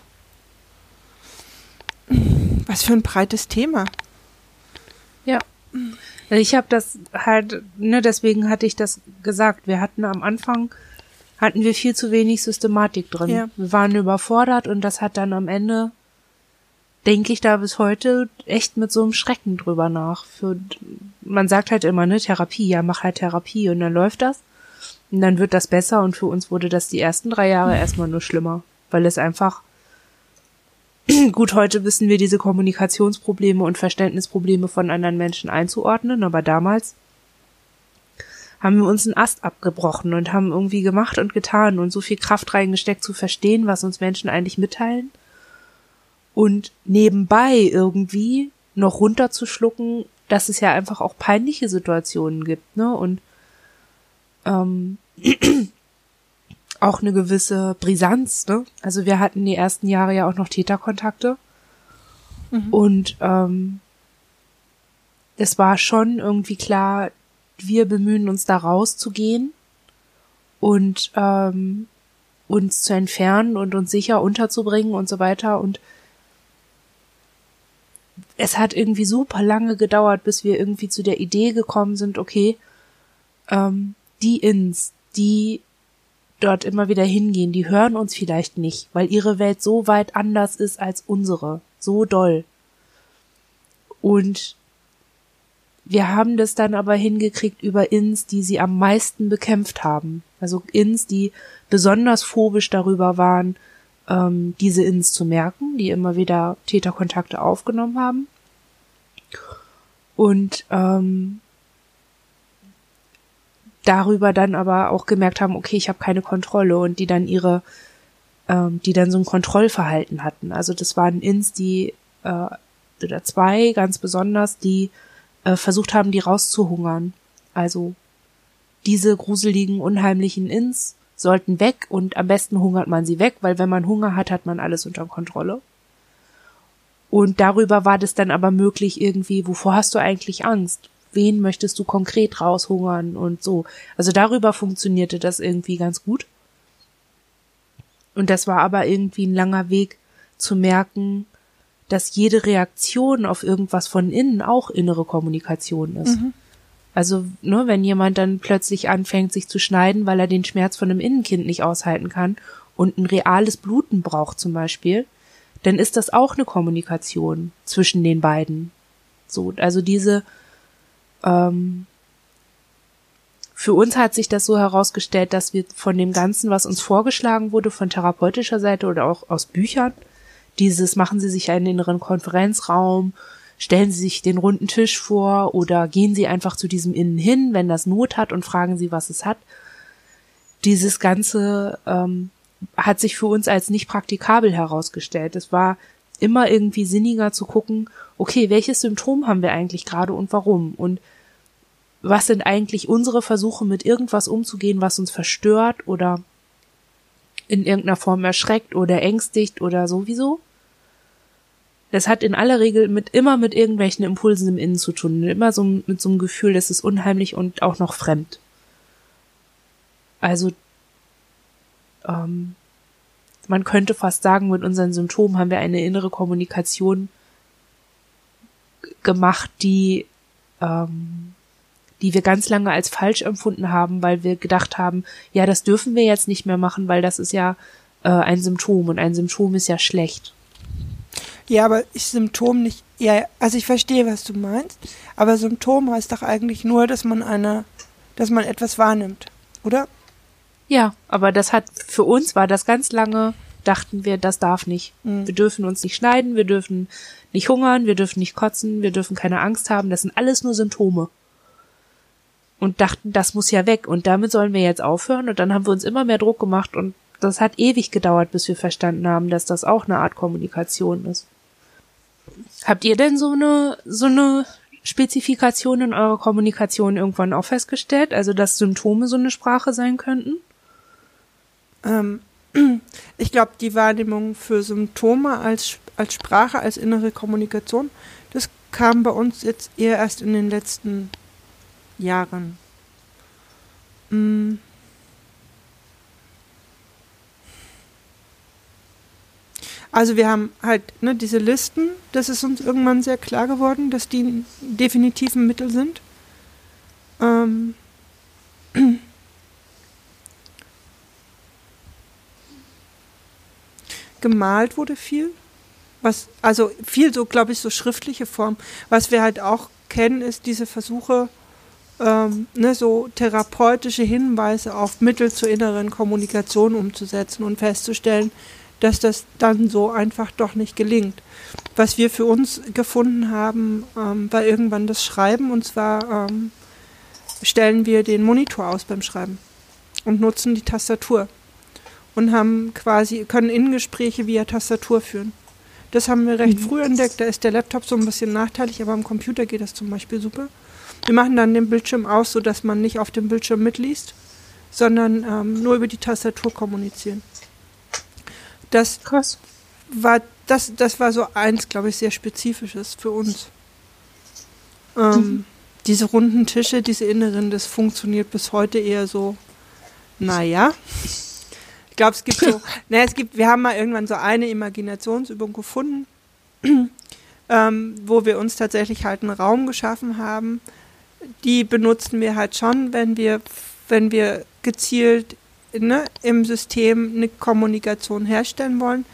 Was für ein breites Thema. Ja. Ich habe das halt, ne, deswegen hatte ich das gesagt. Wir hatten am Anfang, hatten wir viel zu wenig Systematik drin. Ja. Wir waren überfordert und das hat dann am Ende, denke ich da bis heute, echt mit so einem Schrecken drüber nach. Für, man sagt halt immer, ne, Therapie, ja, mach halt Therapie und dann läuft das. Und dann wird das besser und für uns wurde das die ersten drei Jahre erstmal nur schlimmer. Weil es einfach, gut, heute wissen wir diese Kommunikationsprobleme und Verständnisprobleme von anderen Menschen einzuordnen, aber damals haben wir uns einen Ast abgebrochen und haben irgendwie gemacht und getan und so viel Kraft reingesteckt zu verstehen, was uns Menschen eigentlich mitteilen und nebenbei irgendwie noch runterzuschlucken, dass es ja einfach auch peinliche Situationen gibt, ne, und ähm, auch eine gewisse Brisanz, ne? Also wir hatten die ersten Jahre ja auch noch Täterkontakte. Mhm. Und ähm, es war schon irgendwie klar, wir bemühen uns da rauszugehen und ähm, uns zu entfernen und uns sicher unterzubringen und so weiter. Und es hat irgendwie super lange gedauert, bis wir irgendwie zu der Idee gekommen sind, okay, ähm, die Ins, die dort immer wieder hingehen, die hören uns vielleicht nicht, weil ihre Welt so weit anders ist als unsere, so doll. Und wir haben das dann aber hingekriegt über Ins, die sie am meisten bekämpft haben. Also Ins, die besonders phobisch darüber waren, ähm, diese Ins zu merken, die immer wieder Täterkontakte aufgenommen haben. Und ähm, darüber dann aber auch gemerkt haben, okay, ich habe keine Kontrolle und die dann ihre, ähm, die dann so ein Kontrollverhalten hatten. Also das waren Ins, die, äh, oder zwei ganz besonders, die äh, versucht haben, die rauszuhungern. Also diese gruseligen, unheimlichen Ins sollten weg und am besten hungert man sie weg, weil wenn man Hunger hat, hat man alles unter Kontrolle. Und darüber war das dann aber möglich irgendwie, wovor hast du eigentlich Angst? Wen möchtest du konkret raushungern und so. Also darüber funktionierte das irgendwie ganz gut. Und das war aber irgendwie ein langer Weg zu merken, dass jede Reaktion auf irgendwas von innen auch innere Kommunikation ist. Mhm. Also, ne, wenn jemand dann plötzlich anfängt, sich zu schneiden, weil er den Schmerz von einem Innenkind nicht aushalten kann und ein reales Bluten braucht zum Beispiel, dann ist das auch eine Kommunikation zwischen den beiden. So, also diese ähm, für uns hat sich das so herausgestellt, dass wir von dem Ganzen, was uns vorgeschlagen wurde, von therapeutischer Seite oder auch aus Büchern, dieses machen Sie sich einen inneren Konferenzraum, stellen Sie sich den runden Tisch vor oder gehen Sie einfach zu diesem Innen hin, wenn das Not hat und fragen Sie, was es hat. Dieses Ganze ähm, hat sich für uns als nicht praktikabel herausgestellt. Es war immer irgendwie sinniger zu gucken, okay, welches Symptom haben wir eigentlich gerade und warum? Und was sind eigentlich unsere Versuche, mit irgendwas umzugehen, was uns verstört oder in irgendeiner Form erschreckt oder ängstigt oder sowieso? Das hat in aller Regel mit immer mit irgendwelchen Impulsen im Innen zu tun. Immer so mit so einem Gefühl, das ist unheimlich und auch noch fremd. Also ähm, man könnte fast sagen, mit unseren Symptomen haben wir eine innere Kommunikation g- gemacht, die ähm, die wir ganz lange als falsch empfunden haben, weil wir gedacht haben, ja, das dürfen wir jetzt nicht mehr machen, weil das ist ja äh, ein Symptom und ein Symptom ist ja schlecht. Ja, aber ich Symptom nicht, ja, also ich verstehe, was du meinst, aber Symptom heißt doch eigentlich nur, dass man eine, dass man etwas wahrnimmt, oder? Ja, aber das hat, für uns war das ganz lange, dachten wir, das darf nicht. Mhm. Wir dürfen uns nicht schneiden, wir dürfen nicht hungern, wir dürfen nicht kotzen, wir dürfen keine Angst haben, das sind alles nur Symptome. Und dachten, das muss ja weg und damit sollen wir jetzt aufhören und dann haben wir uns immer mehr Druck gemacht und das hat ewig gedauert, bis wir verstanden haben, dass das auch eine Art Kommunikation ist. Habt ihr denn so eine so eine Spezifikation in eurer Kommunikation irgendwann auch festgestellt, also dass Symptome so eine Sprache sein könnten? Ähm, ich glaube, die Wahrnehmung für Symptome als als Sprache, als innere Kommunikation, das kam bei uns jetzt eher erst in den letzten Jahren. Mm. Also wir haben halt ne, diese Listen, das ist uns irgendwann sehr klar geworden, dass die definitiv ein Mittel sind. Ähm. Gemalt wurde viel, was also viel so, glaube ich, so schriftliche Form. Was wir halt auch kennen, ist diese Versuche, ähm, ne, so therapeutische Hinweise auf Mittel zur inneren Kommunikation umzusetzen und festzustellen, dass das dann so einfach doch nicht gelingt. Was wir für uns gefunden haben, ähm, war irgendwann das Schreiben, und zwar ähm, stellen wir den Monitor aus beim Schreiben und nutzen die Tastatur und haben quasi, können Innengespräche via Tastatur führen. Das haben wir recht mhm. früh entdeckt, da ist der Laptop so ein bisschen nachteilig, aber am Computer geht das zum Beispiel super. Wir machen dann den Bildschirm aus, sodass man nicht auf dem Bildschirm mitliest, sondern ähm, nur über die Tastatur kommunizieren. Das Krass. war das, das war so eins, glaube ich, sehr Spezifisches für uns. Ähm, mhm. Diese runden Tische, diese inneren, das funktioniert bis heute eher so, naja. Ich glaube, es gibt so, ne, es gibt, wir haben mal irgendwann so eine Imaginationsübung gefunden, ähm, wo wir uns tatsächlich halt einen Raum geschaffen haben. Die benutzen wir halt schon, wenn wir, wenn wir gezielt ne, im System eine Kommunikation herstellen wollen.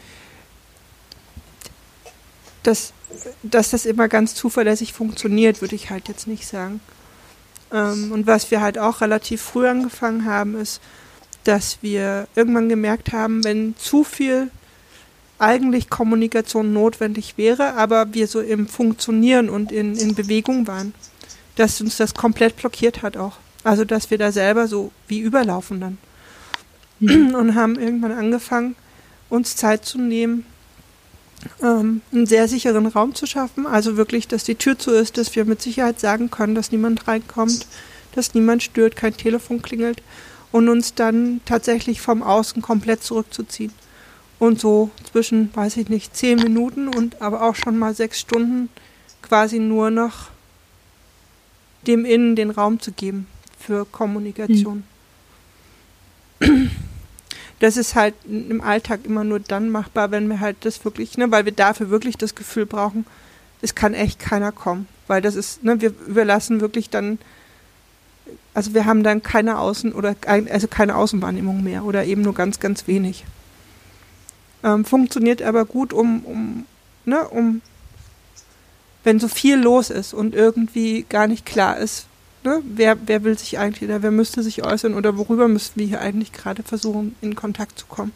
Das, dass das immer ganz zuverlässig funktioniert, würde ich halt jetzt nicht sagen. Ähm, und was wir halt auch relativ früh angefangen haben, ist, dass wir irgendwann gemerkt haben, wenn zu viel eigentlich Kommunikation notwendig wäre, aber wir so im Funktionieren und in, in Bewegung waren, dass uns das komplett blockiert hat auch. Also, dass wir da selber so wie überlaufen dann. Mhm. Und haben irgendwann angefangen, uns Zeit zu nehmen, ähm, einen sehr sicheren Raum zu schaffen. Also wirklich, dass die Tür zu ist, dass wir mit Sicherheit sagen können, dass niemand reinkommt, dass niemand stört, kein Telefon klingelt und uns dann tatsächlich vom Außen komplett zurückzuziehen. Und so zwischen, weiß ich nicht, zehn Minuten und aber auch schon mal sechs Stunden quasi nur noch dem Innen den Raum zu geben für Kommunikation. Mhm. Das ist halt im Alltag immer nur dann machbar, wenn wir halt das wirklich, ne, weil wir dafür wirklich das Gefühl brauchen, es kann echt keiner kommen. Weil das ist, ne, wir überlassen wirklich dann, also wir haben dann keine Außen- oder also keine Außenwahrnehmung mehr oder eben nur ganz, ganz wenig. Ähm, funktioniert aber gut, um, um, ne, um, wenn so viel los ist und irgendwie gar nicht klar ist, ne, wer, wer will sich eigentlich oder wer müsste sich äußern oder worüber müssten wir hier eigentlich gerade versuchen, in Kontakt zu kommen.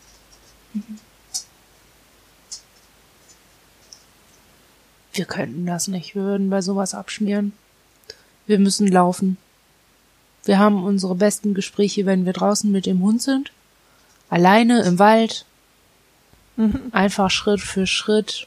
Wir könnten das nicht, wir würden bei sowas abschmieren. Wir müssen laufen. Wir haben unsere besten Gespräche, wenn wir draußen mit dem Hund sind, alleine im Wald, mhm. einfach Schritt für Schritt.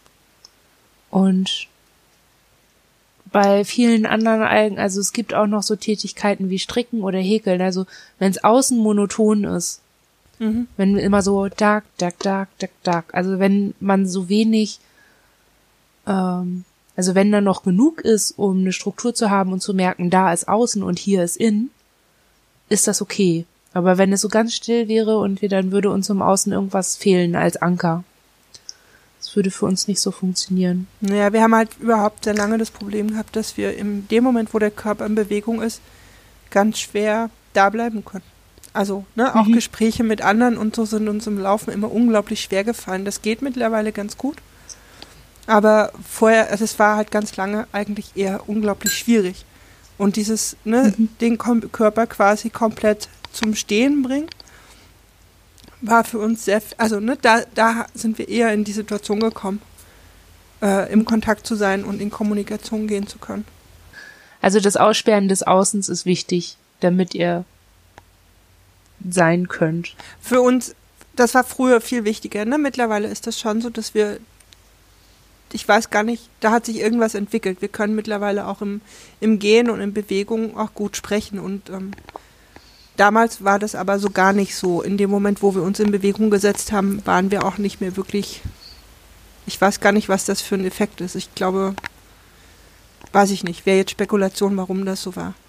Und bei vielen anderen Algen, also es gibt auch noch so Tätigkeiten wie Stricken oder Häkeln, also wenn es außen monoton ist, mhm. wenn immer so tak, tak, tak, tak, tak, also wenn man so wenig, ähm, also wenn da noch genug ist, um eine Struktur zu haben und zu merken, da ist außen und hier ist innen, ist das okay. Aber wenn es so ganz still wäre und wir, dann würde uns im Außen irgendwas fehlen als Anker. Das würde für uns nicht so funktionieren. Naja, wir haben halt überhaupt sehr lange das Problem gehabt, dass wir in dem Moment, wo der Körper in Bewegung ist, ganz schwer da bleiben können. Also, ne, auch mhm. Gespräche mit anderen und so sind uns im Laufen immer unglaublich schwer gefallen. Das geht mittlerweile ganz gut. Aber vorher, also es war halt ganz lange eigentlich eher unglaublich schwierig. Und dieses, ne, mhm. den Kom- Körper quasi komplett zum Stehen bringen, war für uns sehr, also ne, da, da sind wir eher in die Situation gekommen, äh, im Kontakt zu sein und in Kommunikation gehen zu können. Also das Aussperren des Außens ist wichtig, damit ihr sein könnt. Für uns, das war früher viel wichtiger, ne? Mittlerweile ist das schon so, dass wir, ich weiß gar nicht, da hat sich irgendwas entwickelt. Wir können mittlerweile auch im, im Gehen und in Bewegung auch gut sprechen und ähm, damals war das aber so gar nicht so. In dem Moment, wo wir uns in Bewegung gesetzt haben, waren wir auch nicht mehr wirklich, ich weiß gar nicht, was das für ein Effekt ist. Ich glaube, weiß ich nicht, wäre jetzt Spekulation, warum das so war.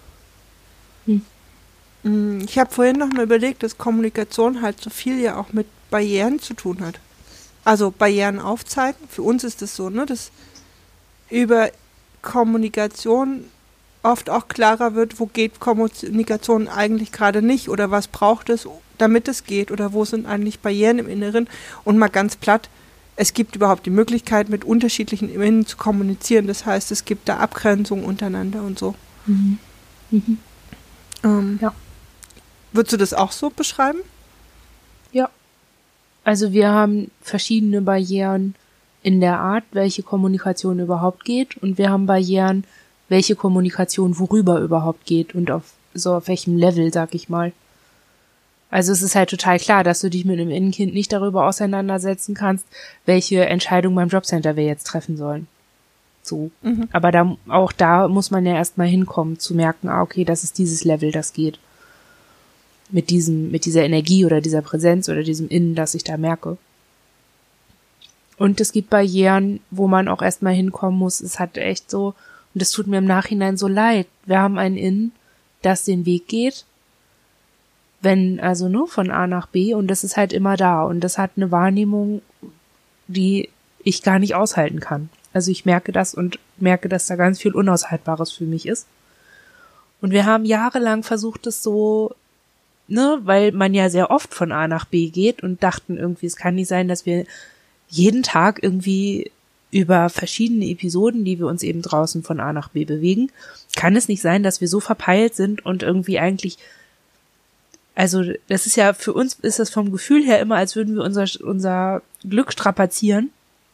Hm. Ich habe vorhin noch mal überlegt, dass Kommunikation halt so viel ja auch mit Barrieren zu tun hat. Also Barrieren aufzeigen. Für uns ist es so, ne, dass über Kommunikation oft auch klarer wird, wo geht Kommunikation eigentlich gerade nicht oder was braucht es, damit es geht oder wo sind eigentlich Barrieren im Inneren und mal ganz platt, es gibt überhaupt die Möglichkeit, mit unterschiedlichen Innen zu kommunizieren, das heißt, es gibt da Abgrenzungen untereinander und so. Mhm. Mhm. Ähm, ja. Würdest du das auch so beschreiben? Ja. Also wir haben verschiedene Barrieren in der Art, welche Kommunikation überhaupt geht und wir haben Barrieren, welche Kommunikation worüber überhaupt geht und auf so auf welchem Level, sag ich mal. Also es ist halt total klar, dass du dich mit einem Innenkind nicht darüber auseinandersetzen kannst, welche Entscheidung beim Jobcenter wir jetzt treffen sollen. So. Mhm. Aber da, auch da muss man ja erstmal hinkommen, zu merken, ah, okay, das ist dieses Level, das geht. Mit diesem, mit dieser Energie oder dieser Präsenz oder diesem Innen, das ich da merke. Und es gibt Barrieren, wo man auch erstmal hinkommen muss. Es hat echt so, und es tut mir im Nachhinein so leid. Wir haben ein Innen, das den Weg geht, wenn, also nur von A nach B, und das ist halt immer da. Und das hat eine Wahrnehmung, die ich gar nicht aushalten kann. Also ich merke das und merke, dass da ganz viel Unaushaltbares für mich ist. Und wir haben jahrelang versucht, es so, ne, weil man ja sehr oft von A nach B geht und dachten irgendwie, es kann nicht sein, dass wir jeden Tag irgendwie über verschiedene Episoden, die wir uns eben draußen von A nach B bewegen, kann es nicht sein, dass wir so verpeilt sind und irgendwie eigentlich Also das ist ja, für uns ist das vom Gefühl her immer, als würden wir unser, unser Glück strapazieren,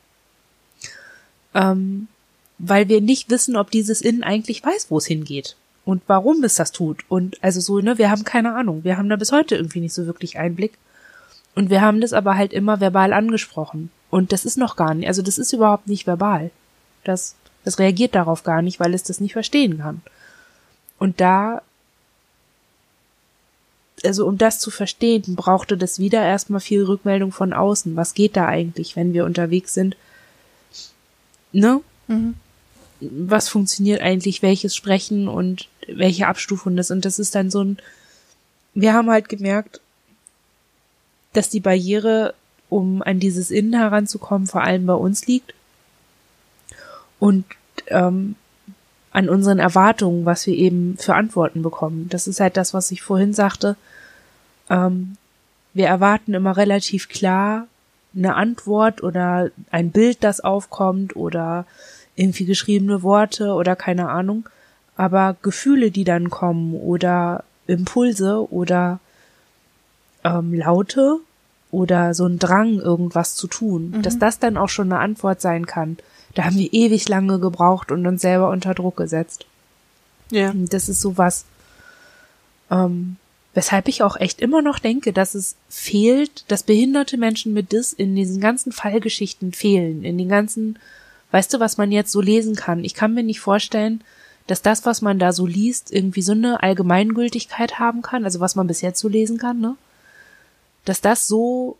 ähm, weil wir nicht wissen, ob dieses Innen eigentlich weiß, wo es hingeht und warum es das tut. Und also so, ne, wir haben keine Ahnung. Wir haben da bis heute irgendwie nicht so wirklich Einblick. Und wir haben das aber halt immer verbal angesprochen. Und das ist noch gar nicht, also das ist überhaupt nicht verbal. Das, das reagiert darauf gar nicht, weil es das nicht verstehen kann. Und da, also um das zu verstehen, brauchte das wieder erstmal viel Rückmeldung von außen. Was geht da eigentlich, wenn wir unterwegs sind? Ne? Mhm. Was funktioniert eigentlich, welches Sprechen und welche Abstufung das? Und das ist dann so ein, wir haben halt gemerkt, dass die Barriere, um an dieses Innen heranzukommen, vor allem bei uns liegt und ähm, an unseren Erwartungen, was wir eben für Antworten bekommen. Das ist halt das, was ich vorhin sagte. Ähm, wir erwarten immer relativ klar eine Antwort oder ein Bild, das aufkommt oder irgendwie geschriebene Worte oder keine Ahnung. Aber Gefühle, die dann kommen oder Impulse oder ähm, Laute oder so ein Drang, irgendwas zu tun, mhm. dass das dann auch schon eine Antwort sein kann. Da haben wir ewig lange gebraucht und uns selber unter Druck gesetzt. Ja. Und das ist sowas, ähm, weshalb ich auch echt immer noch denke, dass es fehlt, dass behinderte Menschen mit Dis in diesen ganzen Fallgeschichten fehlen, in den ganzen, weißt du, was man jetzt so lesen kann. Ich kann mir nicht vorstellen, dass das, was man da so liest, irgendwie so eine Allgemeingültigkeit haben kann, also was man bis jetzt so lesen kann, ne? Dass das so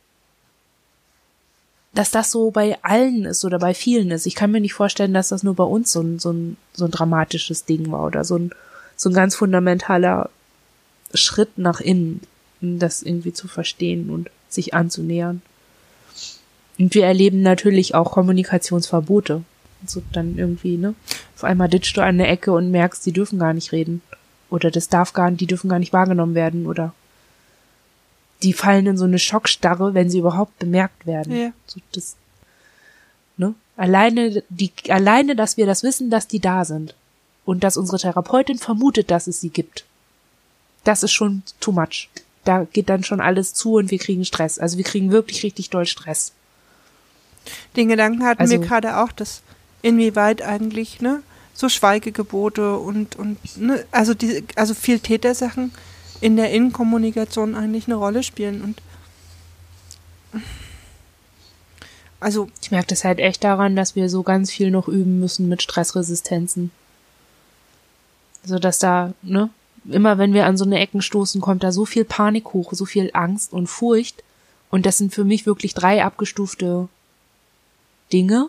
dass das so bei allen ist oder bei vielen ist. Ich kann mir nicht vorstellen, dass das nur bei uns so ein, so ein, so ein dramatisches Ding war oder so ein, so ein ganz fundamentaler Schritt nach innen, um das irgendwie zu verstehen und sich anzunähern. Und wir erleben natürlich auch Kommunikationsverbote. Also dann irgendwie, ne? Auf einmal ditchst du an der Ecke und merkst, die dürfen gar nicht reden. Oder das darf gar nicht, die dürfen gar nicht wahrgenommen werden oder die fallen in so eine Schockstarre, wenn sie überhaupt bemerkt werden. Ja. So das, ne? Alleine, die, alleine, dass wir das wissen, dass die da sind. Und dass unsere Therapeutin vermutet, dass es sie gibt. Das ist schon too much. Da geht dann schon alles zu und wir kriegen Stress. Also wir kriegen wirklich richtig doll Stress. Den Gedanken hatten also, wir gerade auch, dass inwieweit eigentlich, ne, so Schweigegebote und, und, ne, also diese, also viel Tätersachen in der Innenkommunikation eigentlich eine Rolle spielen und also ich merke das halt echt daran, dass wir so ganz viel noch üben müssen mit Stressresistenzen. Also dass da, ne, immer wenn wir an so eine Ecken stoßen, kommt da so viel Panik hoch, so viel Angst und Furcht und das sind für mich wirklich drei abgestufte Dinge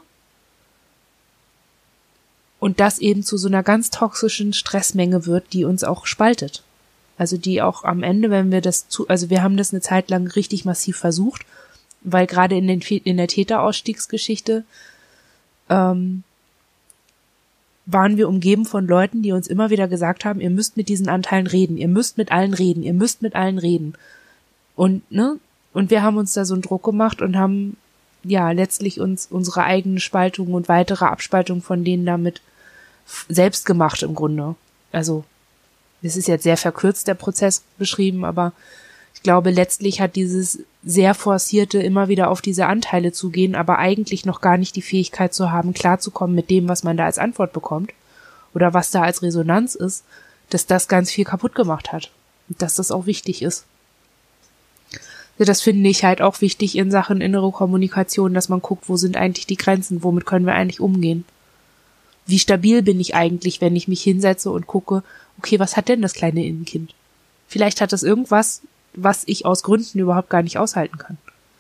und das eben zu so einer ganz toxischen Stressmenge wird, die uns auch spaltet. Also die auch am Ende, wenn wir das zu, also wir haben das eine Zeit lang richtig massiv versucht, weil gerade in den in der Täterausstiegsgeschichte ähm, waren wir umgeben von Leuten, die uns immer wieder gesagt haben, ihr müsst mit diesen Anteilen reden, ihr müsst mit allen reden, ihr müsst mit allen reden. Und ne, und wir haben uns da so einen Druck gemacht und haben ja letztlich uns unsere eigene Spaltung und weitere Abspaltung von denen damit selbst gemacht im Grunde. Also es ist jetzt sehr verkürzt der Prozess beschrieben, aber ich glaube, letztlich hat dieses sehr forcierte immer wieder auf diese Anteile zu gehen, aber eigentlich noch gar nicht die Fähigkeit zu haben, klarzukommen mit dem, was man da als Antwort bekommt oder was da als Resonanz ist, dass das ganz viel kaputt gemacht hat und dass das auch wichtig ist. Also das finde ich halt auch wichtig in Sachen innere Kommunikation, dass man guckt, wo sind eigentlich die Grenzen, womit können wir eigentlich umgehen. Wie stabil bin ich eigentlich, wenn ich mich hinsetze und gucke, okay, was hat denn das kleine Innenkind? Vielleicht hat das irgendwas, was ich aus Gründen überhaupt gar nicht aushalten kann.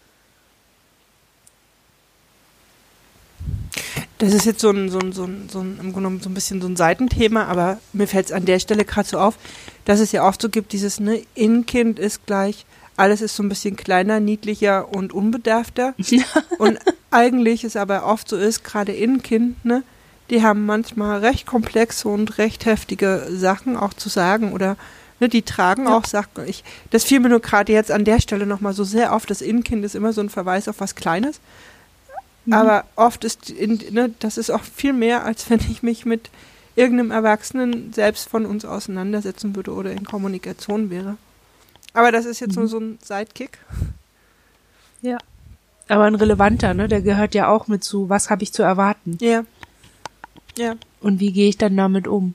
Das ist jetzt so ein, so ein, so ein, so ein, im Grunde genommen so ein bisschen so ein Seitenthema, aber mir fällt es an der Stelle gerade so auf, dass es ja oft so gibt, dieses, ne, Innenkind ist gleich, alles ist so ein bisschen kleiner, niedlicher und unbedarfter. Und eigentlich ist aber oft so ist, gerade Innenkind, ne, die haben manchmal recht komplexe und recht heftige Sachen auch zu sagen oder ne, die tragen ja auch Sachen. Ich, das fiel mir nur gerade jetzt an der Stelle nochmal so sehr auf. Das Innenkind ist immer so ein Verweis auf was Kleines. Mhm. Aber oft ist, in, ne, das ist auch viel mehr, als wenn ich mich mit irgendeinem Erwachsenen selbst von uns auseinandersetzen würde oder in Kommunikation wäre. Aber das ist jetzt Mhm. nur so ein Sidekick. Ja. Aber ein relevanter, ne? Der gehört ja auch mit zu, was habe ich zu erwarten? Ja. Ja. Und wie gehe ich dann damit um?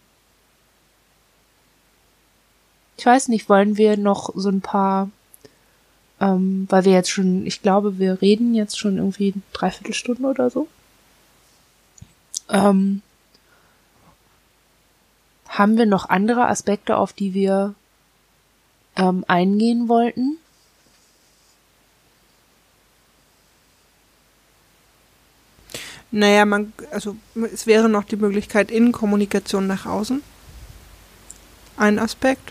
Ich weiß nicht, wollen wir noch so ein paar, ähm, weil wir jetzt schon, ich glaube, wir reden jetzt schon irgendwie dreiviertel Stunde oder so. Ähm, haben wir noch andere Aspekte, auf die wir ähm, eingehen wollten? Naja, man, also es wäre noch die Möglichkeit Innenkommunikation nach außen. Ein Aspekt.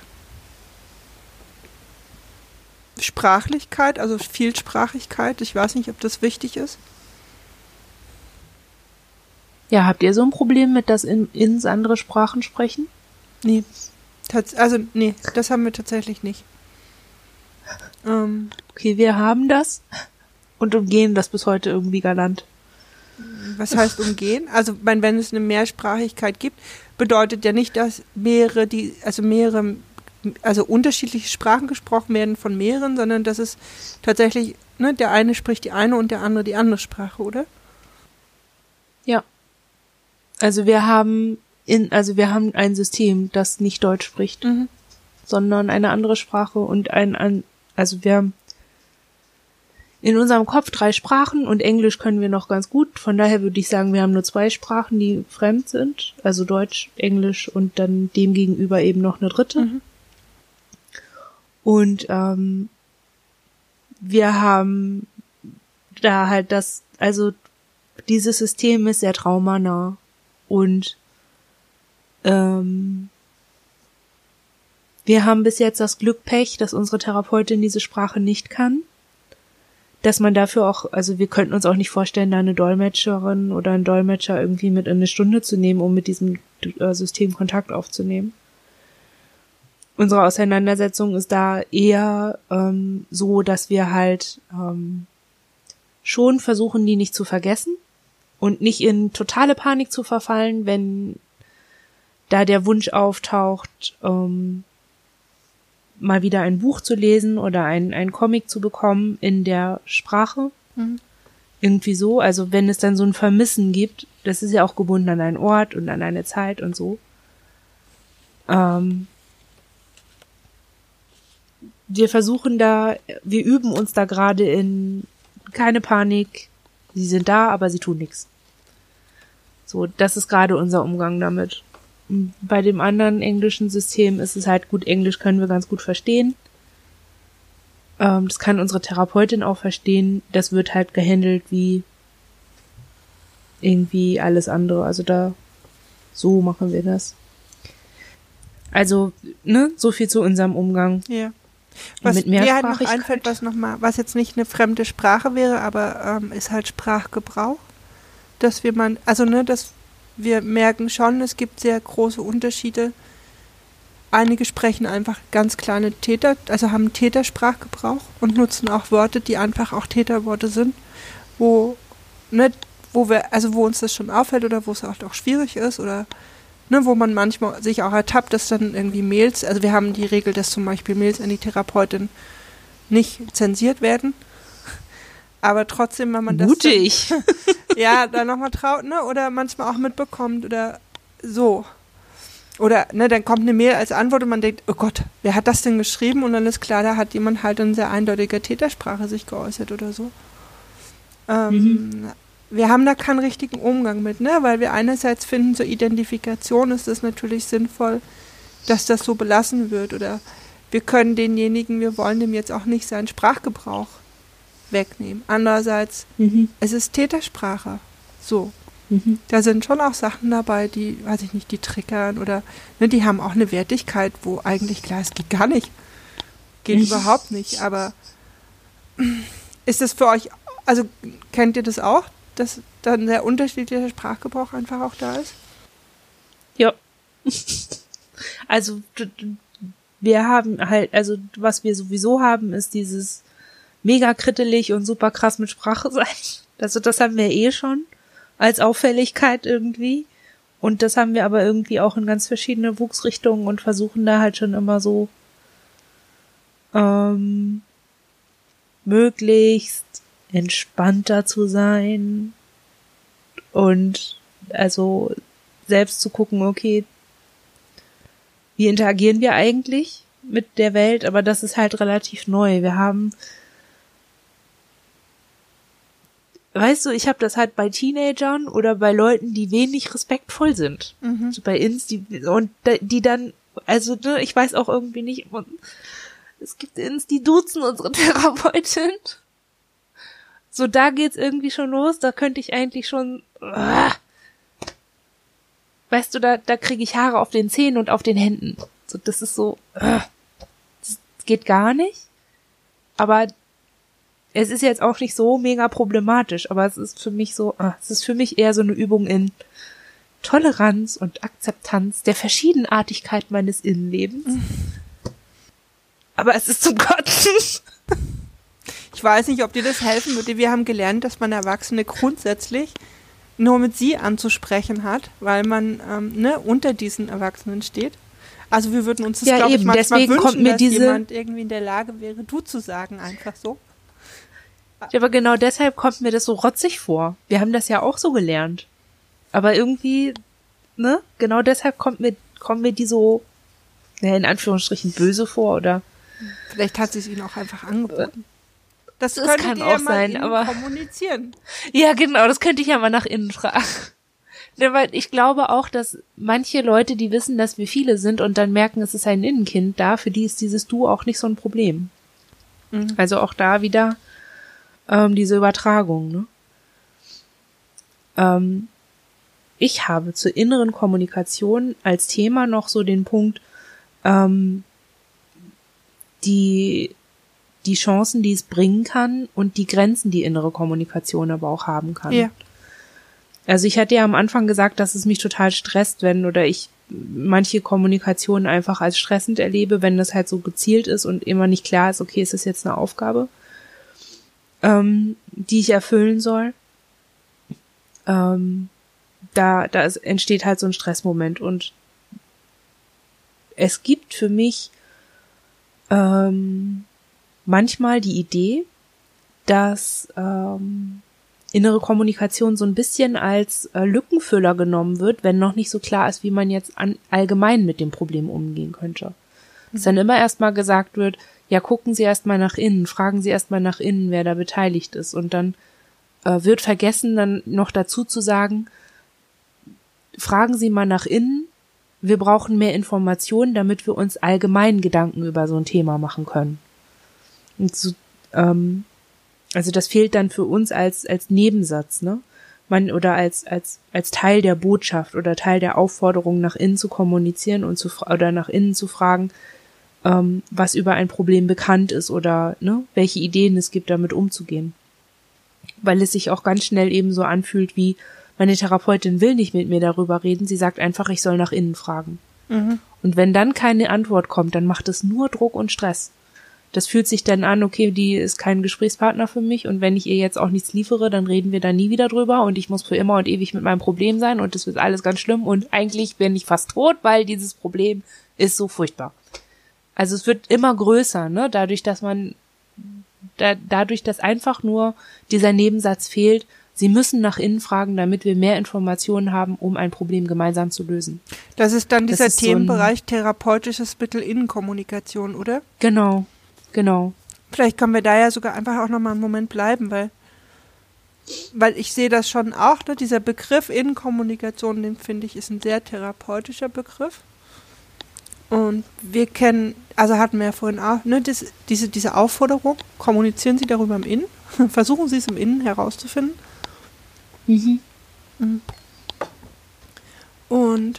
Sprachlichkeit, also Vielsprachigkeit. Ich weiß nicht, ob das wichtig ist. Ja, habt ihr so ein Problem mit, dass in, ins andere Sprachen sprechen? Nee. Tats- also, nee, das haben wir tatsächlich nicht. Ähm, Okay, wir haben das und umgehen das bis heute irgendwie galant. was heißt umgehen? Also, mein, wenn es eine Mehrsprachigkeit gibt, bedeutet ja nicht, dass mehrere, die, also mehrere, also unterschiedliche Sprachen gesprochen werden von mehreren, sondern dass es tatsächlich, ne, der eine spricht die eine und der andere die andere Sprache, oder? Ja. Also wir haben in, also wir haben ein System, das nicht Deutsch spricht, Mhm. sondern eine andere Sprache und ein, ein, also wir haben in unserem Kopf drei Sprachen und Englisch können wir noch ganz gut. Von daher würde ich sagen, wir haben nur zwei Sprachen, die fremd sind, also Deutsch, Englisch und dann dem gegenüber eben noch eine dritte. Mhm. Und ähm, wir haben da halt das, also dieses System ist sehr traumanah und ähm, wir haben bis jetzt das Glück, Pech, dass unsere Therapeutin diese Sprache nicht kann, dass man dafür auch, also wir könnten uns auch nicht vorstellen, da eine Dolmetscherin oder einen Dolmetscher irgendwie mit in eine Stunde zu nehmen, um mit diesem äh, System Kontakt aufzunehmen. Unsere Auseinandersetzung ist da eher ähm, so, dass wir halt ähm, schon versuchen, die nicht zu vergessen und nicht in totale Panik zu verfallen, wenn da der Wunsch auftaucht, ähm, mal wieder ein Buch zu lesen oder ein, ein Comic zu bekommen in der Sprache. Mhm. Irgendwie so. Also wenn es dann so ein Vermissen gibt, das ist ja auch gebunden an einen Ort und an eine Zeit und so. Ähm, wir versuchen da, wir üben uns da gerade in keine Panik. Sie sind da, aber sie tun nichts. So, das ist gerade unser Umgang damit. Bei dem anderen englischen System ist es halt gut, Englisch können wir ganz gut verstehen. Ähm, das kann unsere Therapeutin auch verstehen. Das wird halt gehandelt wie irgendwie alles andere. Also da, so machen wir das. Also, ne, so viel zu unserem Umgang. Ja. Was mit mir halt noch Mehrsprachigkeit. einfällt, was noch mal, was jetzt nicht eine fremde Sprache wäre, aber ähm, ist halt Sprachgebrauch, dass wir man, also ne, dass wir merken schon, es gibt sehr große Unterschiede. Einige sprechen einfach ganz kleine Täter, also haben Tätersprachgebrauch und nutzen auch Worte, die einfach auch Täterworte sind, wo ne, wo wir, also wo uns das schon auffällt oder wo es auch, auch schwierig ist oder ne, wo man manchmal sich auch ertappt, dass dann irgendwie Mails, also wir haben die Regel, dass zum Beispiel Mails an die Therapeutin nicht zensiert werden, aber trotzdem, wenn man das Mutig. dann, ja, dann nochmal traut, ne, oder manchmal auch mitbekommt oder so. Oder, ne, dann kommt eine Mail als Antwort und man denkt, oh Gott, wer hat das denn geschrieben? Und dann ist klar, da hat jemand halt in sehr eindeutiger Tätersprache sich geäußert oder so. Ähm, mhm. Wir haben da keinen richtigen Umgang mit, ne, weil wir einerseits finden, zur Identifikation ist es natürlich sinnvoll, dass das so belassen wird oder wir können denjenigen, wir wollen dem jetzt auch nicht seinen Sprachgebrauch wegnehmen. Andererseits, mhm. es ist Tätersprache, so. Mhm. Da sind schon auch Sachen dabei, die, weiß ich nicht, die triggern oder, ne, die haben auch eine Wertigkeit, wo eigentlich klar, es geht gar nicht. Geht mhm. überhaupt nicht, aber ist das für euch, also kennt ihr das auch, dass dann der unterschiedliche Sprachgebrauch einfach auch da ist? Ja. Also, wir haben halt, also, was wir sowieso haben, ist dieses mega krittelig und super krass mit Sprache sein. Also, das haben wir eh schon als Auffälligkeit irgendwie. Und das haben wir aber irgendwie auch in ganz verschiedene Wuchsrichtungen und versuchen da halt schon immer so ähm, möglichst entspannter zu sein und also selbst zu gucken, okay, wie interagieren wir eigentlich mit der Welt, aber das ist halt relativ neu. Wir haben, weißt du, ich habe das halt bei Teenagern oder bei Leuten, die wenig respektvoll sind. Mhm. So bei Ins, die, und die dann, also ne, ich weiß auch irgendwie nicht, es gibt Ins, die duzen unsere Therapeutin. So, da geht's irgendwie schon los, da könnte ich eigentlich schon, uh, weißt du, da, da kriege ich Haare auf den Zähnen und auf den Händen. So, das ist so, uh, das geht gar nicht. Aber es ist jetzt auch nicht so mega problematisch, aber es ist für mich so, uh, es ist für mich eher so eine Übung in Toleranz und Akzeptanz der Verschiedenartigkeit meines Innenlebens. Mhm. Aber es ist zum Kotzen. Ich weiß nicht, ob dir das helfen würde. Wir haben gelernt, dass man Erwachsene grundsätzlich nur mit sie anzusprechen hat, weil man ähm, ne, unter diesen Erwachsenen steht. Also wir würden uns das, ja, glaube ich, manchmal Deswegen wünschen, kommt mir dass diese... jemand irgendwie in der Lage wäre, du zu sagen, einfach so. Ja, aber genau deshalb kommt mir das so rotzig vor. Wir haben das ja auch so gelernt. Aber irgendwie, ne, genau deshalb kommt mir, kommen mir die so, ja, in Anführungsstrichen böse vor, oder? Vielleicht hat sie es ihnen auch einfach angeboten. Das, das könntet kann ihr auch ja mal sein, innen aber kommunizieren. Ja, genau, das könnte ich ja mal nach innen fragen. Ne, weil ich glaube auch, dass manche Leute, die wissen, dass wir viele sind und dann merken, es ist ein Innenkind da, für die ist dieses Du auch nicht so ein Problem. Mhm. Also auch da wieder ähm, diese Übertragung, ne? Ähm, ich habe zur inneren Kommunikation als Thema noch so den Punkt, ähm, die die Chancen, die es bringen kann und die Grenzen, die innere Kommunikation aber auch haben kann. Ja. Also ich hatte ja am Anfang gesagt, dass es mich total stresst, wenn oder ich manche Kommunikation einfach als stressend erlebe, wenn das halt so gezielt ist und immer nicht klar ist, okay, ist das jetzt eine Aufgabe, ähm, die ich erfüllen soll. Ähm, da, da ist, entsteht halt so ein Stressmoment und es gibt für mich ähm, manchmal die Idee, dass ähm, innere Kommunikation so ein bisschen als äh, Lückenfüller genommen wird, wenn noch nicht so klar ist, wie man jetzt an, allgemein mit dem Problem umgehen könnte. Mhm. Dass dann immer erstmal gesagt wird, ja, gucken Sie erstmal nach innen, fragen Sie erstmal nach innen, wer da beteiligt ist. Und dann äh, wird vergessen, dann noch dazu zu sagen, fragen Sie mal nach innen, wir brauchen mehr Informationen, damit wir uns allgemein Gedanken über so ein Thema machen können. Und so, ähm, also das fehlt dann für uns als als Nebensatz, ne? Man oder als als als Teil der Botschaft oder Teil der Aufforderung, nach innen zu kommunizieren und zu oder nach innen zu fragen, ähm, was über ein Problem bekannt ist oder ne, welche Ideen es gibt, damit umzugehen. Weil es sich auch ganz schnell eben so anfühlt wie, meine Therapeutin will nicht mit mir darüber reden, sie sagt einfach, ich soll nach innen fragen. Mhm. Und wenn dann keine Antwort kommt, dann macht es nur Druck und Stress. Das fühlt sich dann an, okay, die ist kein Gesprächspartner für mich und wenn ich ihr jetzt auch nichts liefere, dann reden wir da nie wieder drüber und ich muss für immer und ewig mit meinem Problem sein und das wird alles ganz schlimm und eigentlich bin ich fast tot, weil dieses Problem ist so furchtbar. Also es wird immer größer, ne, dadurch, dass man, da, dadurch, dass einfach nur dieser Nebensatz fehlt, Sie müssen nach innen fragen, damit wir mehr Informationen haben, um ein Problem gemeinsam zu lösen. Das ist dann dieser ist Themenbereich so therapeutisches Mittel Innenkommunikation, oder? Genau, genau. Vielleicht können wir da ja sogar einfach auch nochmal einen Moment bleiben, weil, weil ich sehe das schon auch, ne, dieser Begriff Innenkommunikation, den finde ich, ist ein sehr therapeutischer Begriff. Und wir kennen, also hatten wir ja vorhin auch, ne, das, diese, diese Aufforderung, kommunizieren Sie darüber im Innen, versuchen Sie es im Innen herauszufinden. Mhm. Und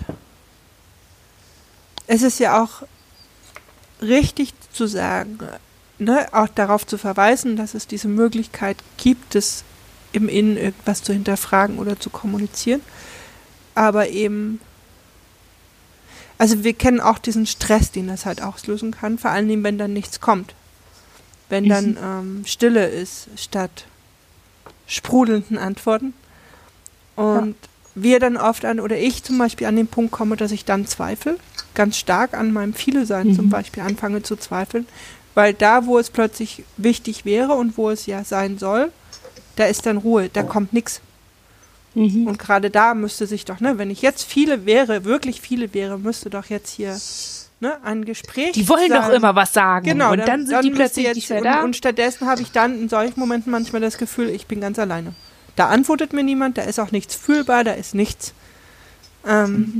es ist ja auch richtig zu sagen, ne, auch darauf zu verweisen, dass es diese Möglichkeit gibt, es im Innen irgendwas zu hinterfragen oder zu kommunizieren. Aber eben, also wir kennen auch diesen Stress, den das halt auslösen kann, vor allem wenn dann nichts kommt. Wenn mhm. dann ähm, Stille ist statt sprudelnden Antworten. Und ja. wir dann oft an, oder ich zum Beispiel an den Punkt komme, dass ich dann zweifle, ganz stark an meinem Viele-Sein mhm. zum Beispiel anfange zu zweifeln, weil da, wo es plötzlich wichtig wäre und wo es ja sein soll, da ist dann Ruhe, da kommt nichts. Mhm. Und gerade da müsste sich doch, ne, wenn ich jetzt viele wäre, wirklich viele wäre, müsste doch jetzt hier, ne, ein Gespräch Die wollen sein. doch immer was sagen. Genau, und dann, dann sind dann die plötzlich jetzt, nicht mehr und, da. Und stattdessen habe ich dann in solchen Momenten manchmal das Gefühl, ich bin ganz alleine. Da antwortet mir niemand, da ist auch nichts fühlbar, da ist nichts. Ähm, mhm.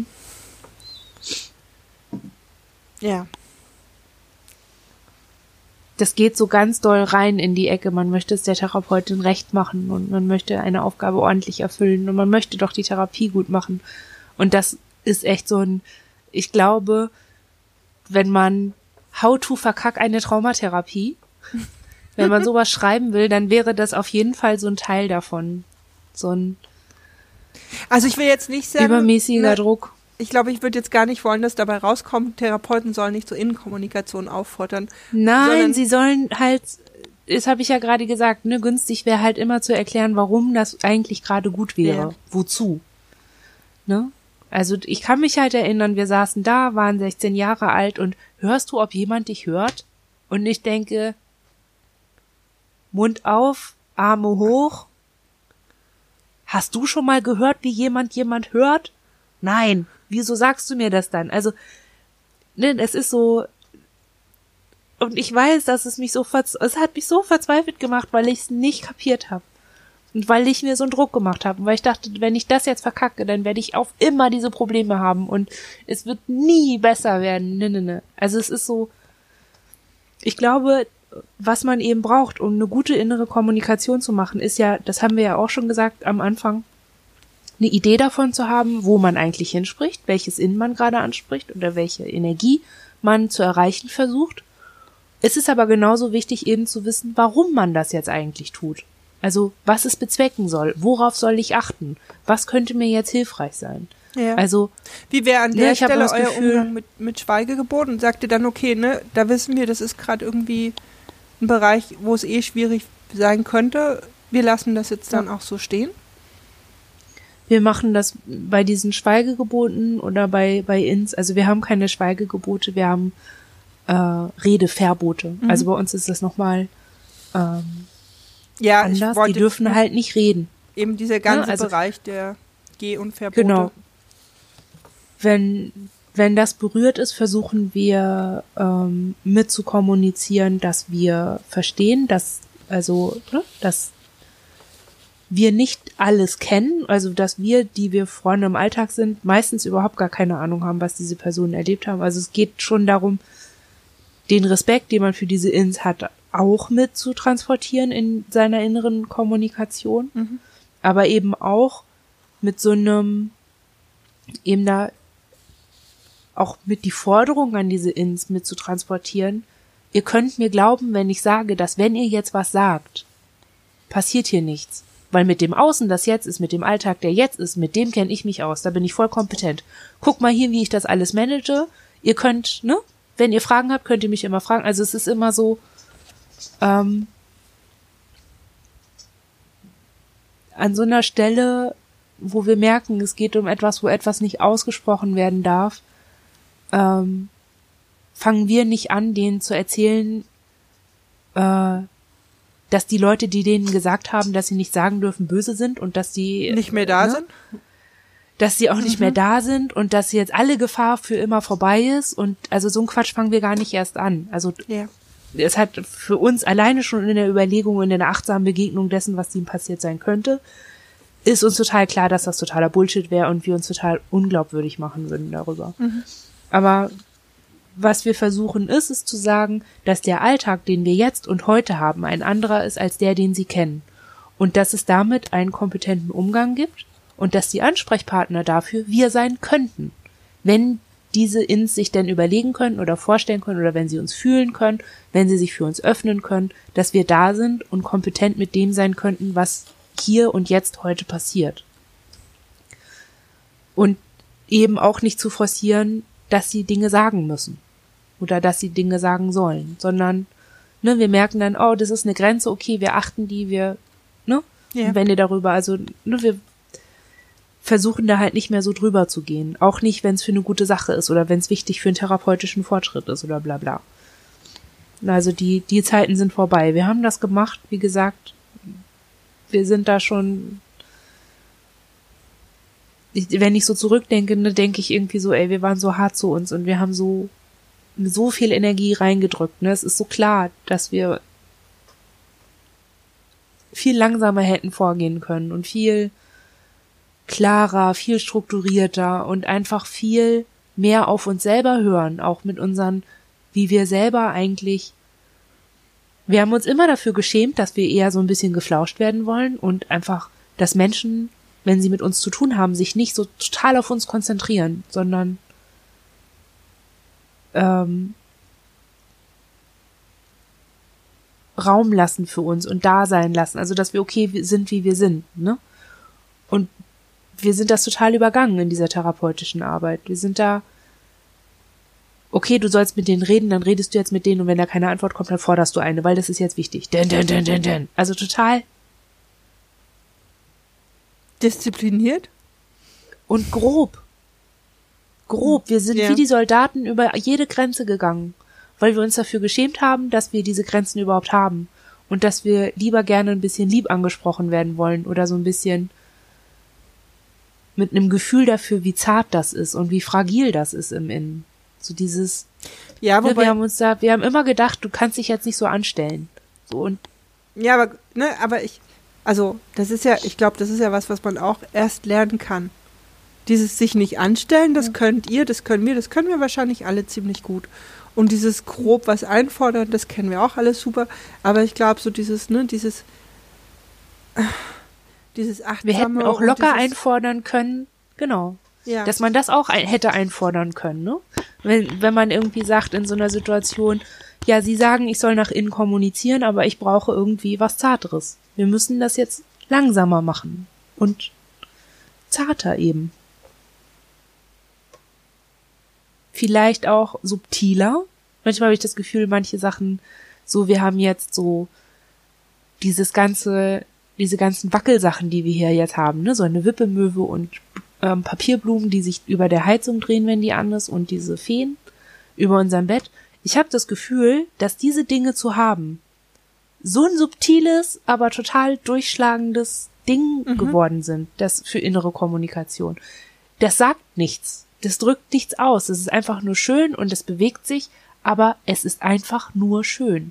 Ja. Das geht so ganz doll rein in die Ecke. Man möchte es der Therapeutin recht machen und man möchte eine Aufgabe ordentlich erfüllen und man möchte doch die Therapie gut machen. Und das ist echt so ein, ich glaube, wenn man How to verkack eine Traumatherapie, wenn man sowas schreiben will, dann wäre das auf jeden Fall so ein Teil davon. So ein Also ich will jetzt nicht sagen, übermäßiger ne, Druck. Ich glaube, ich würde jetzt gar nicht wollen, dass dabei rauskommt, Therapeuten sollen nicht zur Innenkommunikation auffordern. Nein, sie sollen halt, das habe ich ja gerade gesagt, ne, günstig wäre halt immer zu erklären, warum das eigentlich gerade gut wäre. Ja. Wozu? Ne? Also ich kann mich halt erinnern, wir saßen da, waren sechzehn Jahre alt und hörst du, ob jemand dich hört? Und ich denke, Mund auf, Arme hoch. Hast du schon mal gehört, wie jemand jemand hört? Nein. Wieso sagst du mir das dann? Also, ne, es ist so, und ich weiß, dass es mich so, verz- es hat mich so verzweifelt gemacht, weil ich es nicht kapiert habe. Und weil ich mir so einen Druck gemacht habe. Und weil ich dachte, wenn ich das jetzt verkacke, dann werde ich auf immer diese Probleme haben und es wird nie besser werden. Ne, ne, ne. Also es ist so, ich glaube, was man eben braucht, um eine gute innere Kommunikation zu machen, ist ja, das haben wir ja auch schon gesagt am Anfang, eine Idee davon zu haben, wo man eigentlich hinspricht, welches Innen man gerade anspricht oder welche Energie man zu erreichen versucht. Es ist aber genauso wichtig, eben zu wissen, warum man das jetzt eigentlich tut. Also, was es bezwecken soll, worauf soll ich achten, was könnte mir jetzt hilfreich sein. Ja. Also, wie wäre an der ne, Stelle euer Gefühl, Umgang mit, mit Schweigegebot und sagt ihr dann, okay, ne, da wissen wir, das ist gerade irgendwie ein Bereich, wo es eh schwierig sein könnte, wir lassen das jetzt dann ja. auch so stehen? Wir machen das bei diesen Schweigegeboten oder bei, bei Ins, also wir haben keine Schweigegebote, wir haben äh, Redeverbote. Mhm. Also bei uns ist das nochmal ähm, ja, anders. Die dürfen halt nicht reden. Eben dieser ganze ja, also, Bereich der Geh- und Verbote. Genau. Wenn, wenn das berührt ist, versuchen wir ähm, mit zu kommunizieren, dass wir verstehen, dass, also, ne, dass wir nicht alles kennen, also dass wir, die wir Freunde im Alltag sind, meistens überhaupt gar keine Ahnung haben, was diese Personen erlebt haben. Also es geht schon darum, den Respekt, den man für diese Ins hat, auch mit zu transportieren in seiner inneren Kommunikation, mhm. aber eben auch mit so einem, eben da auch mit die Forderung an diese Ins mit zu transportieren. Ihr könnt mir glauben, wenn ich sage, dass wenn ihr jetzt was sagt, passiert hier nichts. Weil mit dem Außen, das jetzt ist, mit dem Alltag, der jetzt ist, mit dem kenne ich mich aus. Da bin ich voll kompetent. Guck mal hier, wie ich das alles manage. Ihr könnt, ne? Wenn ihr Fragen habt, könnt ihr mich immer fragen. Also es ist immer so, ähm, an so einer Stelle, wo wir merken, es geht um etwas, wo etwas nicht ausgesprochen werden darf, ähm, fangen wir nicht an, denen zu erzählen, äh, dass die Leute, die denen gesagt haben, dass sie nicht sagen dürfen, böse sind und dass die nicht mehr da ne, sind, dass sie auch nicht mhm. mehr da sind und dass jetzt alle Gefahr für immer vorbei ist und also so ein Quatsch fangen wir gar nicht erst an. Also ja. es hat für uns alleine schon in der Überlegung und in der achtsamen Begegnung dessen, was ihnen passiert sein könnte, ist uns total klar, dass das totaler Bullshit wäre und wir uns total unglaubwürdig machen würden darüber. Mhm. Aber was wir versuchen ist, ist zu sagen, dass der Alltag, den wir jetzt und heute haben, ein anderer ist als der, den sie kennen. Und dass es damit einen kompetenten Umgang gibt und dass die Ansprechpartner dafür wir sein könnten. Wenn diese Ins sich denn überlegen können oder vorstellen können oder wenn sie uns fühlen können, wenn sie sich für uns öffnen können, dass wir da sind und kompetent mit dem sein könnten, was hier und jetzt heute passiert. Und eben auch nicht zu forcieren, dass sie Dinge sagen müssen. Oder dass sie Dinge sagen sollen, sondern ne, wir merken dann, oh, das ist eine Grenze, okay, wir achten die, wir, ne, ja. wenn ihr darüber, also ne, wir versuchen da halt nicht mehr so drüber zu gehen, auch nicht, wenn es für eine gute Sache ist oder wenn es wichtig für einen therapeutischen Fortschritt ist oder bla bla. Also die, die Zeiten sind vorbei. Wir haben das gemacht, wie gesagt, wir sind da schon, ich, wenn ich so zurückdenke, ne, denke ich irgendwie so, ey, wir waren so hart zu uns und wir haben so, so viel Energie reingedrückt, ne. Es ist so klar, dass wir viel langsamer hätten vorgehen können und viel klarer, viel strukturierter und einfach viel mehr auf uns selber hören, auch mit unseren, wie wir selber eigentlich, wir haben uns immer dafür geschämt, dass wir eher so ein bisschen geflauscht werden wollen und einfach, dass Menschen, wenn sie mit uns zu tun haben, sich nicht so total auf uns konzentrieren, sondern ähm, Raum lassen für uns und da sein lassen, also dass wir okay sind, wie wir sind, ne? Und wir sind das total übergangen in dieser therapeutischen Arbeit. Wir sind da, okay, du sollst mit denen reden, dann redest du jetzt mit denen und wenn da keine Antwort kommt, dann forderst du eine, weil das ist jetzt wichtig. Dun, dun, dun, dun, dun. Also total diszipliniert und grob. Grob. Wir sind ja. wie die Soldaten über jede Grenze gegangen, weil wir uns dafür geschämt haben, dass wir diese Grenzen überhaupt haben und dass wir lieber gerne ein bisschen lieb angesprochen werden wollen oder so ein bisschen mit einem Gefühl dafür, wie zart das ist und wie fragil das ist im Innen. So dieses, ja, wobei, ne, wir haben uns da, wir haben immer gedacht, du kannst dich jetzt nicht so anstellen. So und ja, aber, ne, aber ich, also, das ist ja, ich glaube, das ist ja was, was man auch erst lernen kann. Dieses sich nicht anstellen, das ja. könnt ihr, das können wir, das können wir wahrscheinlich alle ziemlich gut. Und dieses grob was einfordern, das kennen wir auch alles super. Aber ich glaube, so dieses, ne, dieses, dieses achtsame. Wir hätten auch locker einfordern können, genau. Ja. Dass man das auch ein, hätte einfordern können, ne? Wenn, wenn man irgendwie sagt in so einer Situation, ja, sie sagen, ich soll nach innen kommunizieren, aber ich brauche irgendwie was Zarteres. Wir müssen das jetzt langsamer machen und zarter eben. Vielleicht auch subtiler. Manchmal habe ich das Gefühl, manche Sachen, so, wir haben jetzt so dieses ganze, diese ganzen Wackelsachen, die wir hier jetzt haben, ne, so eine Wippemöwe und ähm, Papierblumen, die sich über der Heizung drehen, wenn die an ist, und diese Feen über unserem Bett. Ich habe das Gefühl, dass diese Dinge zu haben so ein subtiles, aber total durchschlagendes Ding mhm. geworden sind, das für innere Kommunikation. Das sagt nichts. Das drückt nichts aus. Es ist einfach nur schön und es bewegt sich, aber es ist einfach nur schön.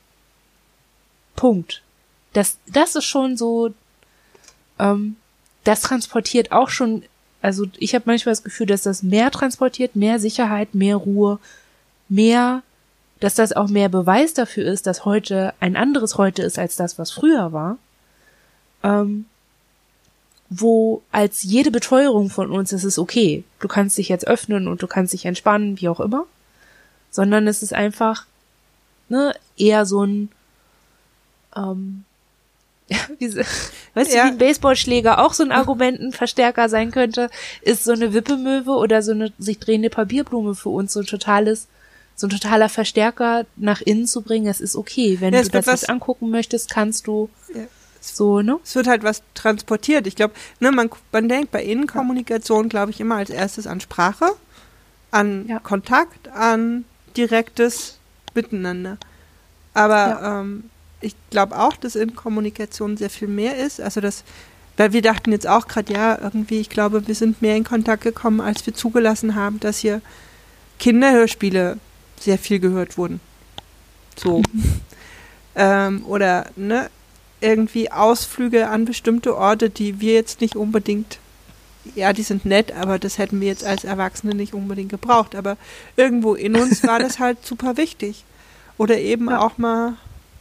Punkt. Das, das ist schon so, ähm, das transportiert auch schon, also ich habe manchmal das Gefühl, dass das mehr transportiert, mehr Sicherheit, mehr Ruhe, mehr, dass das auch mehr Beweis dafür ist, dass heute ein anderes Heute ist als das, was früher war. Ähm, wo als jede Beteuerung von uns, es ist okay, du kannst dich jetzt öffnen und du kannst dich entspannen, wie auch immer, sondern es ist einfach, ne, eher so ein, ähm, wie, weißt ja. du, wie ein Baseballschläger auch so ein Argumentenverstärker sein könnte, ist so eine Wippemöwe oder so eine sich drehende Papierblume für uns so ein totales, so ein totaler Verstärker nach innen zu bringen. Es ist okay, wenn ja, du das jetzt angucken möchtest, kannst du ja. So, ne? Es wird halt was transportiert. Ich glaube, ne, man, man denkt bei Innenkommunikation, glaube ich, immer als erstes an Sprache, an ja. Kontakt, an direktes Miteinander. Aber ja. ähm, ich glaube auch, dass Innenkommunikation sehr viel mehr ist. Also das, weil wir dachten jetzt auch gerade, ja, irgendwie, ich glaube, wir sind mehr in Kontakt gekommen, als wir zugelassen haben, dass hier Kinderhörspiele sehr viel gehört wurden. So. ähm, oder, ne, irgendwie Ausflüge an bestimmte Orte, die wir jetzt nicht unbedingt, ja, die sind nett, aber das hätten wir jetzt als Erwachsene nicht unbedingt gebraucht. Aber irgendwo in uns war das halt super wichtig. Oder eben ja. auch mal,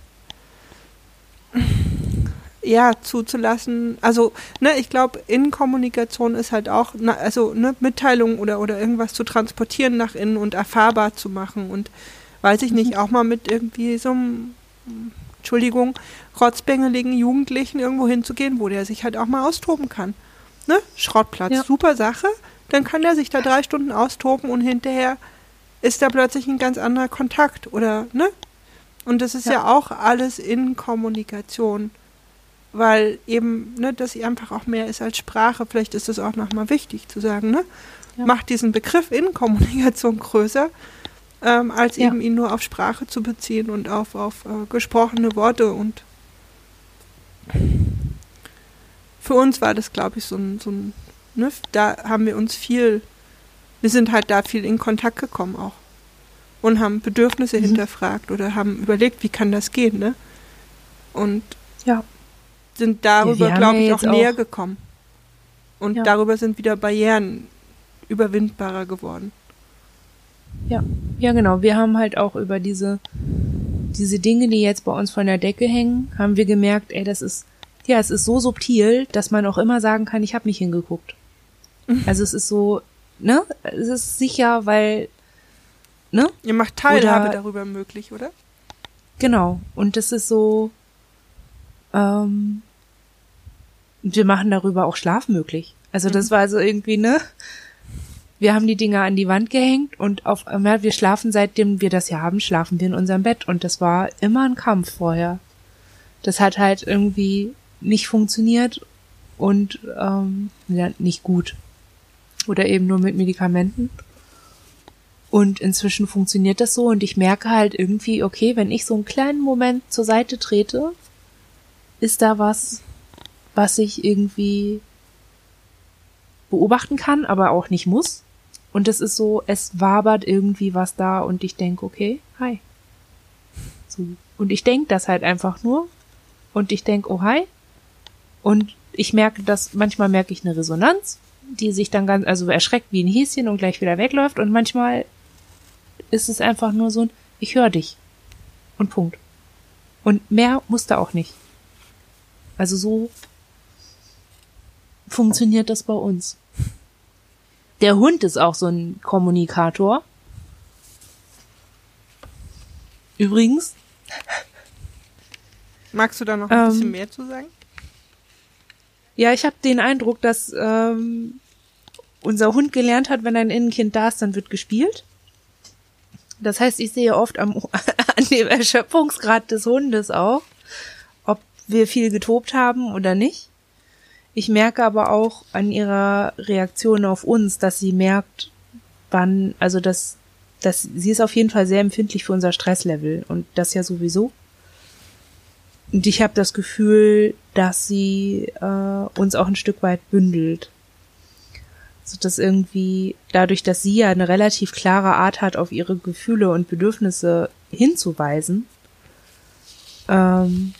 ja, zuzulassen. Also, ne, ich glaube, Innenkommunikation ist halt auch, na, also, ne, Mitteilung oder, oder irgendwas zu transportieren nach innen und erfahrbar zu machen und, weiß ich nicht, auch mal mit irgendwie so einem, Entschuldigung, rotzbängeligen Jugendlichen irgendwo hinzugehen, wo der sich halt auch mal austoben kann. Ne? Schrottplatz, ja. super Sache. Dann kann der sich da drei Stunden austoben und hinterher ist da plötzlich ein ganz anderer Kontakt, oder, ne? Und das ist ja, ja auch alles in Kommunikation, weil eben, ne, dass sie einfach auch mehr ist als Sprache. Vielleicht ist das auch nochmal wichtig zu sagen, ne? Ja. Macht diesen Begriff in Kommunikation größer ähm, als Ja. eben ihn nur auf Sprache zu beziehen und auf, auf äh, gesprochene Worte. Und für uns war das, glaube ich, so ein, so ein ne, da haben wir uns viel, wir sind halt da viel in Kontakt gekommen auch und haben Bedürfnisse Mhm. hinterfragt oder haben überlegt, wie kann das gehen, ne? Und Ja. sind Ja, darüber, wir haben glaube ich, ja auch jetzt näher auch- gekommen. Und Ja. darüber sind wieder Barrieren überwindbarer geworden. Ja, ja genau. Wir haben halt auch über diese, diese Dinge, die jetzt bei uns von der Decke hängen, haben wir gemerkt, ey, das ist, ja, es ist so subtil, dass man auch immer sagen kann, ich habe nicht hingeguckt. Also es ist so, ne, es ist sicher, weil, ne, Ihr macht Teilhabe Oder- darüber möglich, oder? genau. Und das ist so, ähm, wir machen darüber auch Schlaf möglich. Also das war also irgendwie, ne, wir haben die Dinger an die Wand gehängt und auf einmal, wir schlafen, seitdem wir das hier haben, schlafen wir in unserem Bett. Und das war immer ein Kampf vorher. Das hat halt irgendwie nicht funktioniert und ähm, ja, nicht gut. Oder eben nur mit Medikamenten. Und inzwischen funktioniert das so und ich merke halt irgendwie, okay, wenn ich so einen kleinen Moment zur Seite trete, ist da was, was ich irgendwie beobachten kann, aber auch nicht muss. Und es ist so, es wabert irgendwie was da und ich denke, okay, hi. So. Und ich denke das halt einfach nur und ich denke, oh hi. Und ich merke das, manchmal merke ich eine Resonanz, die sich dann ganz, also erschreckt wie ein Häschen und gleich wieder wegläuft und manchmal ist es einfach nur so ein, ich höre dich. Und Punkt. Und mehr muss da auch nicht. Also so funktioniert das bei uns. Der Hund ist auch so ein Kommunikator. Übrigens, Magst du da noch ein Ähm, bisschen mehr zu sagen? ja, ich habe den Eindruck, dass ähm, unser Hund gelernt hat, wenn ein Innenkind da ist, dann wird gespielt. Das heißt, ich sehe oft am, an dem Erschöpfungsgrad des Hundes auch, ob wir viel getobt haben oder nicht. Ich merke aber auch an ihrer Reaktion auf uns, dass sie merkt, wann, also dass, dass sie ist auf jeden Fall sehr empfindlich für unser Stresslevel und das ja sowieso. Und ich habe das Gefühl, dass sie äh, uns auch ein Stück weit bündelt. So dass irgendwie dadurch, dass sie ja eine relativ klare Art hat, auf ihre Gefühle und Bedürfnisse hinzuweisen, ähm,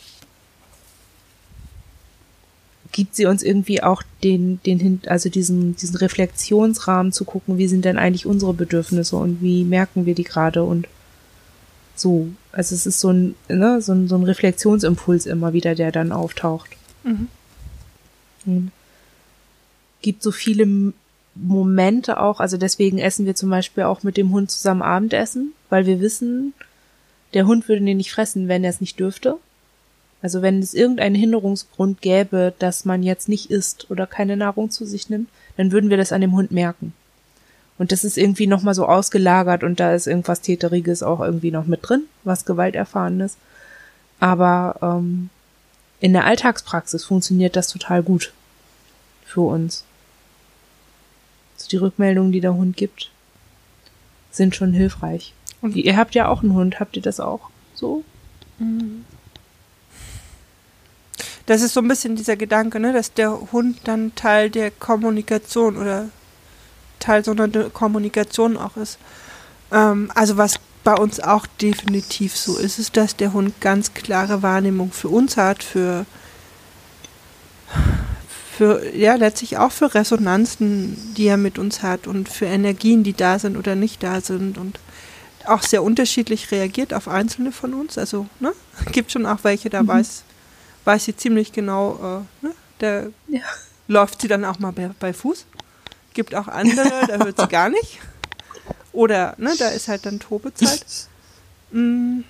gibt sie uns irgendwie auch den, den, also diesen, diesen Reflexionsrahmen zu gucken, wie sind denn eigentlich unsere Bedürfnisse und wie merken wir die gerade und so. Also es ist so ein, ne, so ein, so ein Reflexionsimpuls immer wieder, der dann auftaucht. Mhm. Und gibt so viele M- Momente auch, also deswegen essen wir zum Beispiel auch mit dem Hund zusammen Abendessen, weil wir wissen, der Hund würde den nicht fressen, wenn er es nicht dürfte. Also wenn es irgendeinen Hinderungsgrund gäbe, dass man jetzt nicht isst oder keine Nahrung zu sich nimmt, dann würden wir das an dem Hund merken. Und das ist irgendwie nochmal so ausgelagert und da ist irgendwas Täteriges auch irgendwie noch mit drin, was Gewalterfahrenes. Aber ähm, in der Alltagspraxis funktioniert das total gut für uns. Also die Rückmeldungen, die der Hund gibt, sind schon hilfreich. Und ihr habt ja auch einen Hund, habt ihr das auch so? Das ist so ein bisschen dieser Gedanke, ne, dass der Hund dann Teil der Kommunikation oder Teil so einer De- Kommunikation auch ist. Ähm, also was bei uns auch definitiv so ist, ist, dass der Hund ganz klare Wahrnehmung für uns hat, für für, ja, letztlich auch für Resonanzen, die er mit uns hat und für Energien, die da sind oder nicht da sind und auch sehr unterschiedlich reagiert auf einzelne von uns. Also, ne, gibt schon auch welche, da Mhm. weiß, weiß sie ziemlich genau, äh, ne, da Ja. läuft sie dann auch mal bei, bei Fuß. Gibt auch andere, da hört sie gar nicht. Oder, ne, da ist halt dann Tobezeit. Mm.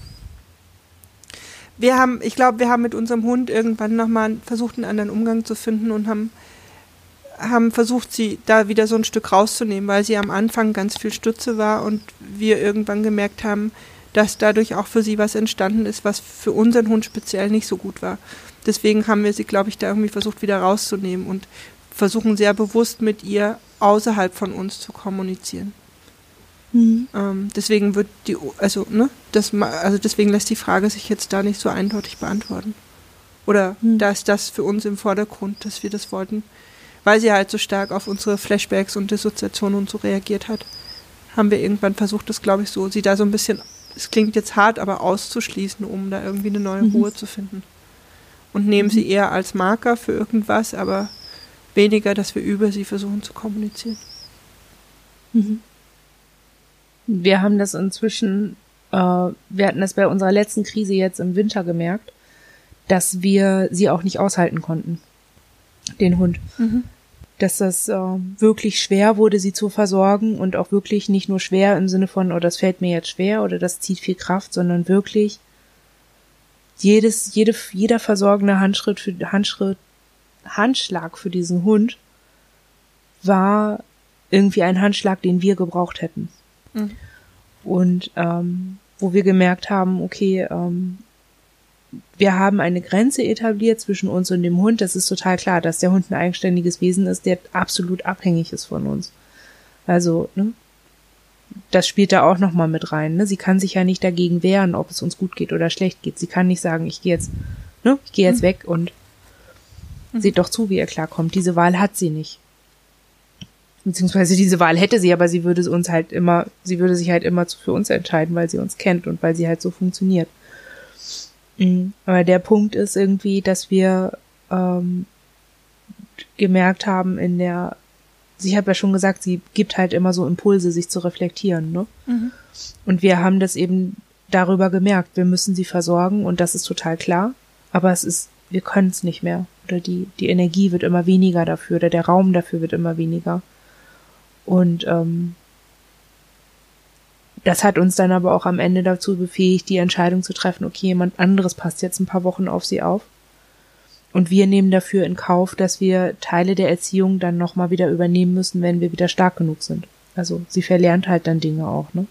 Wir haben, ich glaube, wir haben mit unserem Hund irgendwann nochmal versucht, einen anderen Umgang zu finden und haben, haben versucht, sie da wieder so ein Stück rauszunehmen, weil sie am Anfang ganz viel Stütze war und wir irgendwann gemerkt haben, dass dadurch auch für sie was entstanden ist, was für unseren Hund speziell nicht so gut war. Deswegen haben wir sie, glaube ich, da irgendwie versucht, wieder rauszunehmen und versuchen sehr bewusst mit ihr außerhalb von uns zu kommunizieren. Mhm. Ähm, deswegen wird die, also, ne, das, also deswegen lässt die Frage sich jetzt da nicht so eindeutig beantworten. Oder mhm. da ist das für uns im Vordergrund, dass wir das wollten, weil sie halt so stark auf unsere Flashbacks und Dissoziationen und so reagiert hat, haben wir irgendwann versucht, das glaube ich so, sie da so ein bisschen, es klingt jetzt hart, aber auszuschließen, um da irgendwie eine neue mhm. Ruhe zu finden. Und nehmen mhm. sie eher als Marker für irgendwas, aber weniger, dass wir über sie versuchen zu kommunizieren. Mhm. Wir haben das inzwischen, äh, wir hatten das bei unserer letzten Krise jetzt im Winter gemerkt, dass wir sie auch nicht aushalten konnten, den Hund. Mhm. Dass das äh, wirklich schwer wurde, sie zu versorgen und auch wirklich nicht nur schwer im Sinne von, oh, das fällt mir jetzt schwer oder das zieht viel Kraft, sondern wirklich jedes, jede, jeder versorgende Handschritt für, Handschritt, Handschlag für diesen Hund war irgendwie ein Handschlag, den wir gebraucht hätten. Mhm. Und ähm, wo wir gemerkt haben, okay, ähm, wir haben eine Grenze etabliert zwischen uns und dem Hund. Das ist total klar, dass der Hund ein eigenständiges Wesen ist, der absolut abhängig ist von uns. Also, ne, das spielt da auch nochmal mit rein. Ne? Sie kann sich ja nicht dagegen wehren, ob es uns gut geht oder schlecht geht. Sie kann nicht sagen, ich gehe jetzt, ne, ich gehe jetzt mhm. weg und mhm. seht doch zu, wie ihr klarkommt. Diese Wahl hat sie nicht. Beziehungsweise diese Wahl hätte sie, aber sie würde uns halt immer, sie würde sich halt immer für uns entscheiden, weil sie uns kennt und weil sie halt so funktioniert. Mhm. Aber der Punkt ist irgendwie, dass wir ähm, gemerkt haben in der, ich habe ja schon gesagt, sie gibt halt immer so Impulse, sich zu reflektieren, ne? Mhm. Und wir haben das eben darüber gemerkt, wir müssen sie versorgen und das ist total klar, aber es ist, wir können es nicht mehr oder die die Energie wird immer weniger dafür oder der Raum dafür wird immer weniger. Und ähm, das hat uns dann aber auch am Ende dazu befähigt, die Entscheidung zu treffen, okay, jemand anderes passt jetzt ein paar Wochen auf sie auf. Und wir nehmen dafür in Kauf, dass wir Teile der Erziehung dann nochmal wieder übernehmen müssen, wenn wir wieder stark genug sind. Also sie verlernt halt dann Dinge auch, ne?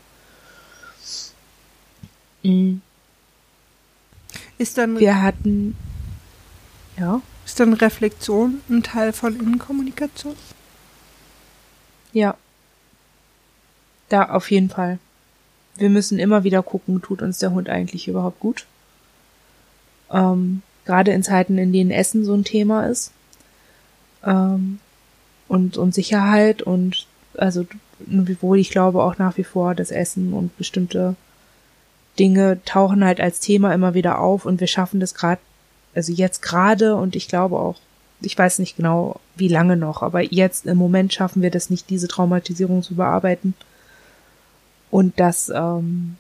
Mhm. Ist dann wir hatten, ja? Ist dann Reflexion ein Teil von Innenkommunikation? Ja. Da auf jeden Fall. Wir müssen immer wieder gucken, tut uns der Hund eigentlich überhaupt gut? Ähm, gerade in Zeiten, in denen Essen so ein Thema ist. Ähm, und, und Sicherheit und, also, obwohl ich glaube auch nach wie vor, das Essen und bestimmte Dinge tauchen halt als Thema immer wieder auf und wir schaffen das gerade, also jetzt gerade und ich glaube auch, ich weiß nicht genau, wie lange noch, aber jetzt im Moment schaffen wir das nicht, diese Traumatisierung zu bearbeiten und das ähm,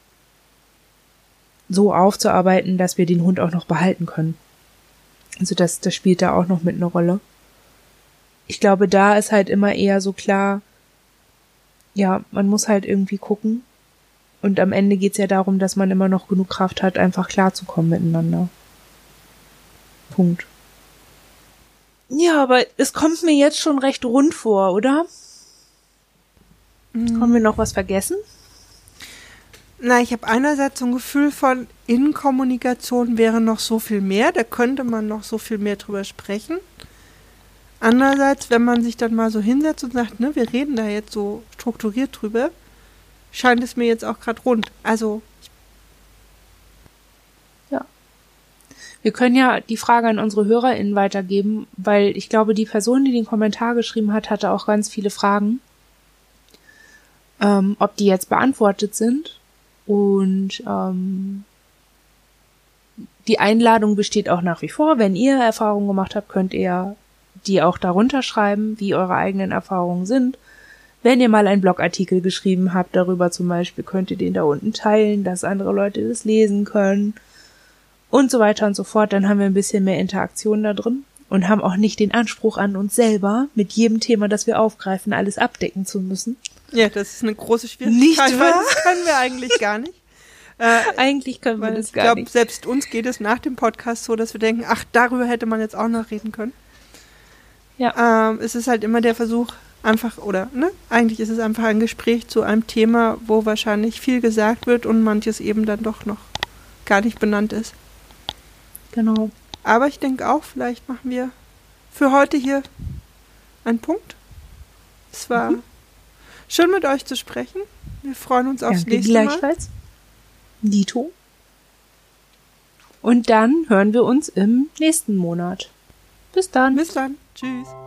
so aufzuarbeiten, dass wir den Hund auch noch behalten können. Also das, das spielt da auch noch mit einer Rolle. Ich glaube, da ist halt immer eher so klar, ja, man muss halt irgendwie gucken und am Ende geht's ja darum, dass man immer noch genug Kraft hat, einfach klarzukommen miteinander. Punkt. Ja, aber es kommt mir jetzt schon recht rund vor, oder? Mhm. Haben wir noch was vergessen? Na, ich habe einerseits so ein Gefühl von Innenkommunikation wäre noch so viel mehr, da könnte man noch so viel mehr drüber sprechen. Andererseits, wenn man sich dann mal so hinsetzt und sagt, ne, wir reden da jetzt so strukturiert drüber, scheint es mir jetzt auch gerade rund. Also ja. Wir können ja die Frage an unsere HörerInnen weitergeben, weil ich glaube, die Person, die den Kommentar geschrieben hat, hatte auch ganz viele Fragen. Ähm, ob die jetzt beantwortet sind. Und ähm, die Einladung besteht auch nach wie vor. Wenn ihr Erfahrungen gemacht habt, könnt ihr die auch darunter schreiben, wie eure eigenen Erfahrungen sind. Wenn ihr mal einen Blogartikel geschrieben habt darüber zum Beispiel, könnt ihr den da unten teilen, dass andere Leute das lesen können und so weiter und so fort. Dann haben wir ein bisschen mehr Interaktion da drin und haben auch nicht den Anspruch an uns selber, mit jedem Thema, das wir aufgreifen, alles abdecken zu müssen. Ja, das ist eine große Schwierigkeit. Nicht wahr? Das können wir eigentlich gar nicht. Äh, eigentlich können wir das gar glaub, nicht. Ich glaube, selbst uns geht es nach dem Podcast so, dass wir denken, ach, darüber hätte man jetzt auch noch reden können. Ja. Ähm, es ist halt immer der Versuch, einfach, oder, ne, eigentlich ist es einfach ein Gespräch zu einem Thema, wo wahrscheinlich viel gesagt wird und manches eben dann doch noch gar nicht benannt ist. Genau. Aber ich denke auch, vielleicht machen wir für heute hier einen Punkt. Es war mhm. schön mit euch zu sprechen. Wir freuen uns aufs Danke nächste gleichfalls. Dito. Und dann hören wir uns im nächsten Monat. Bis dann. Mal. Bis dann. Tschüss.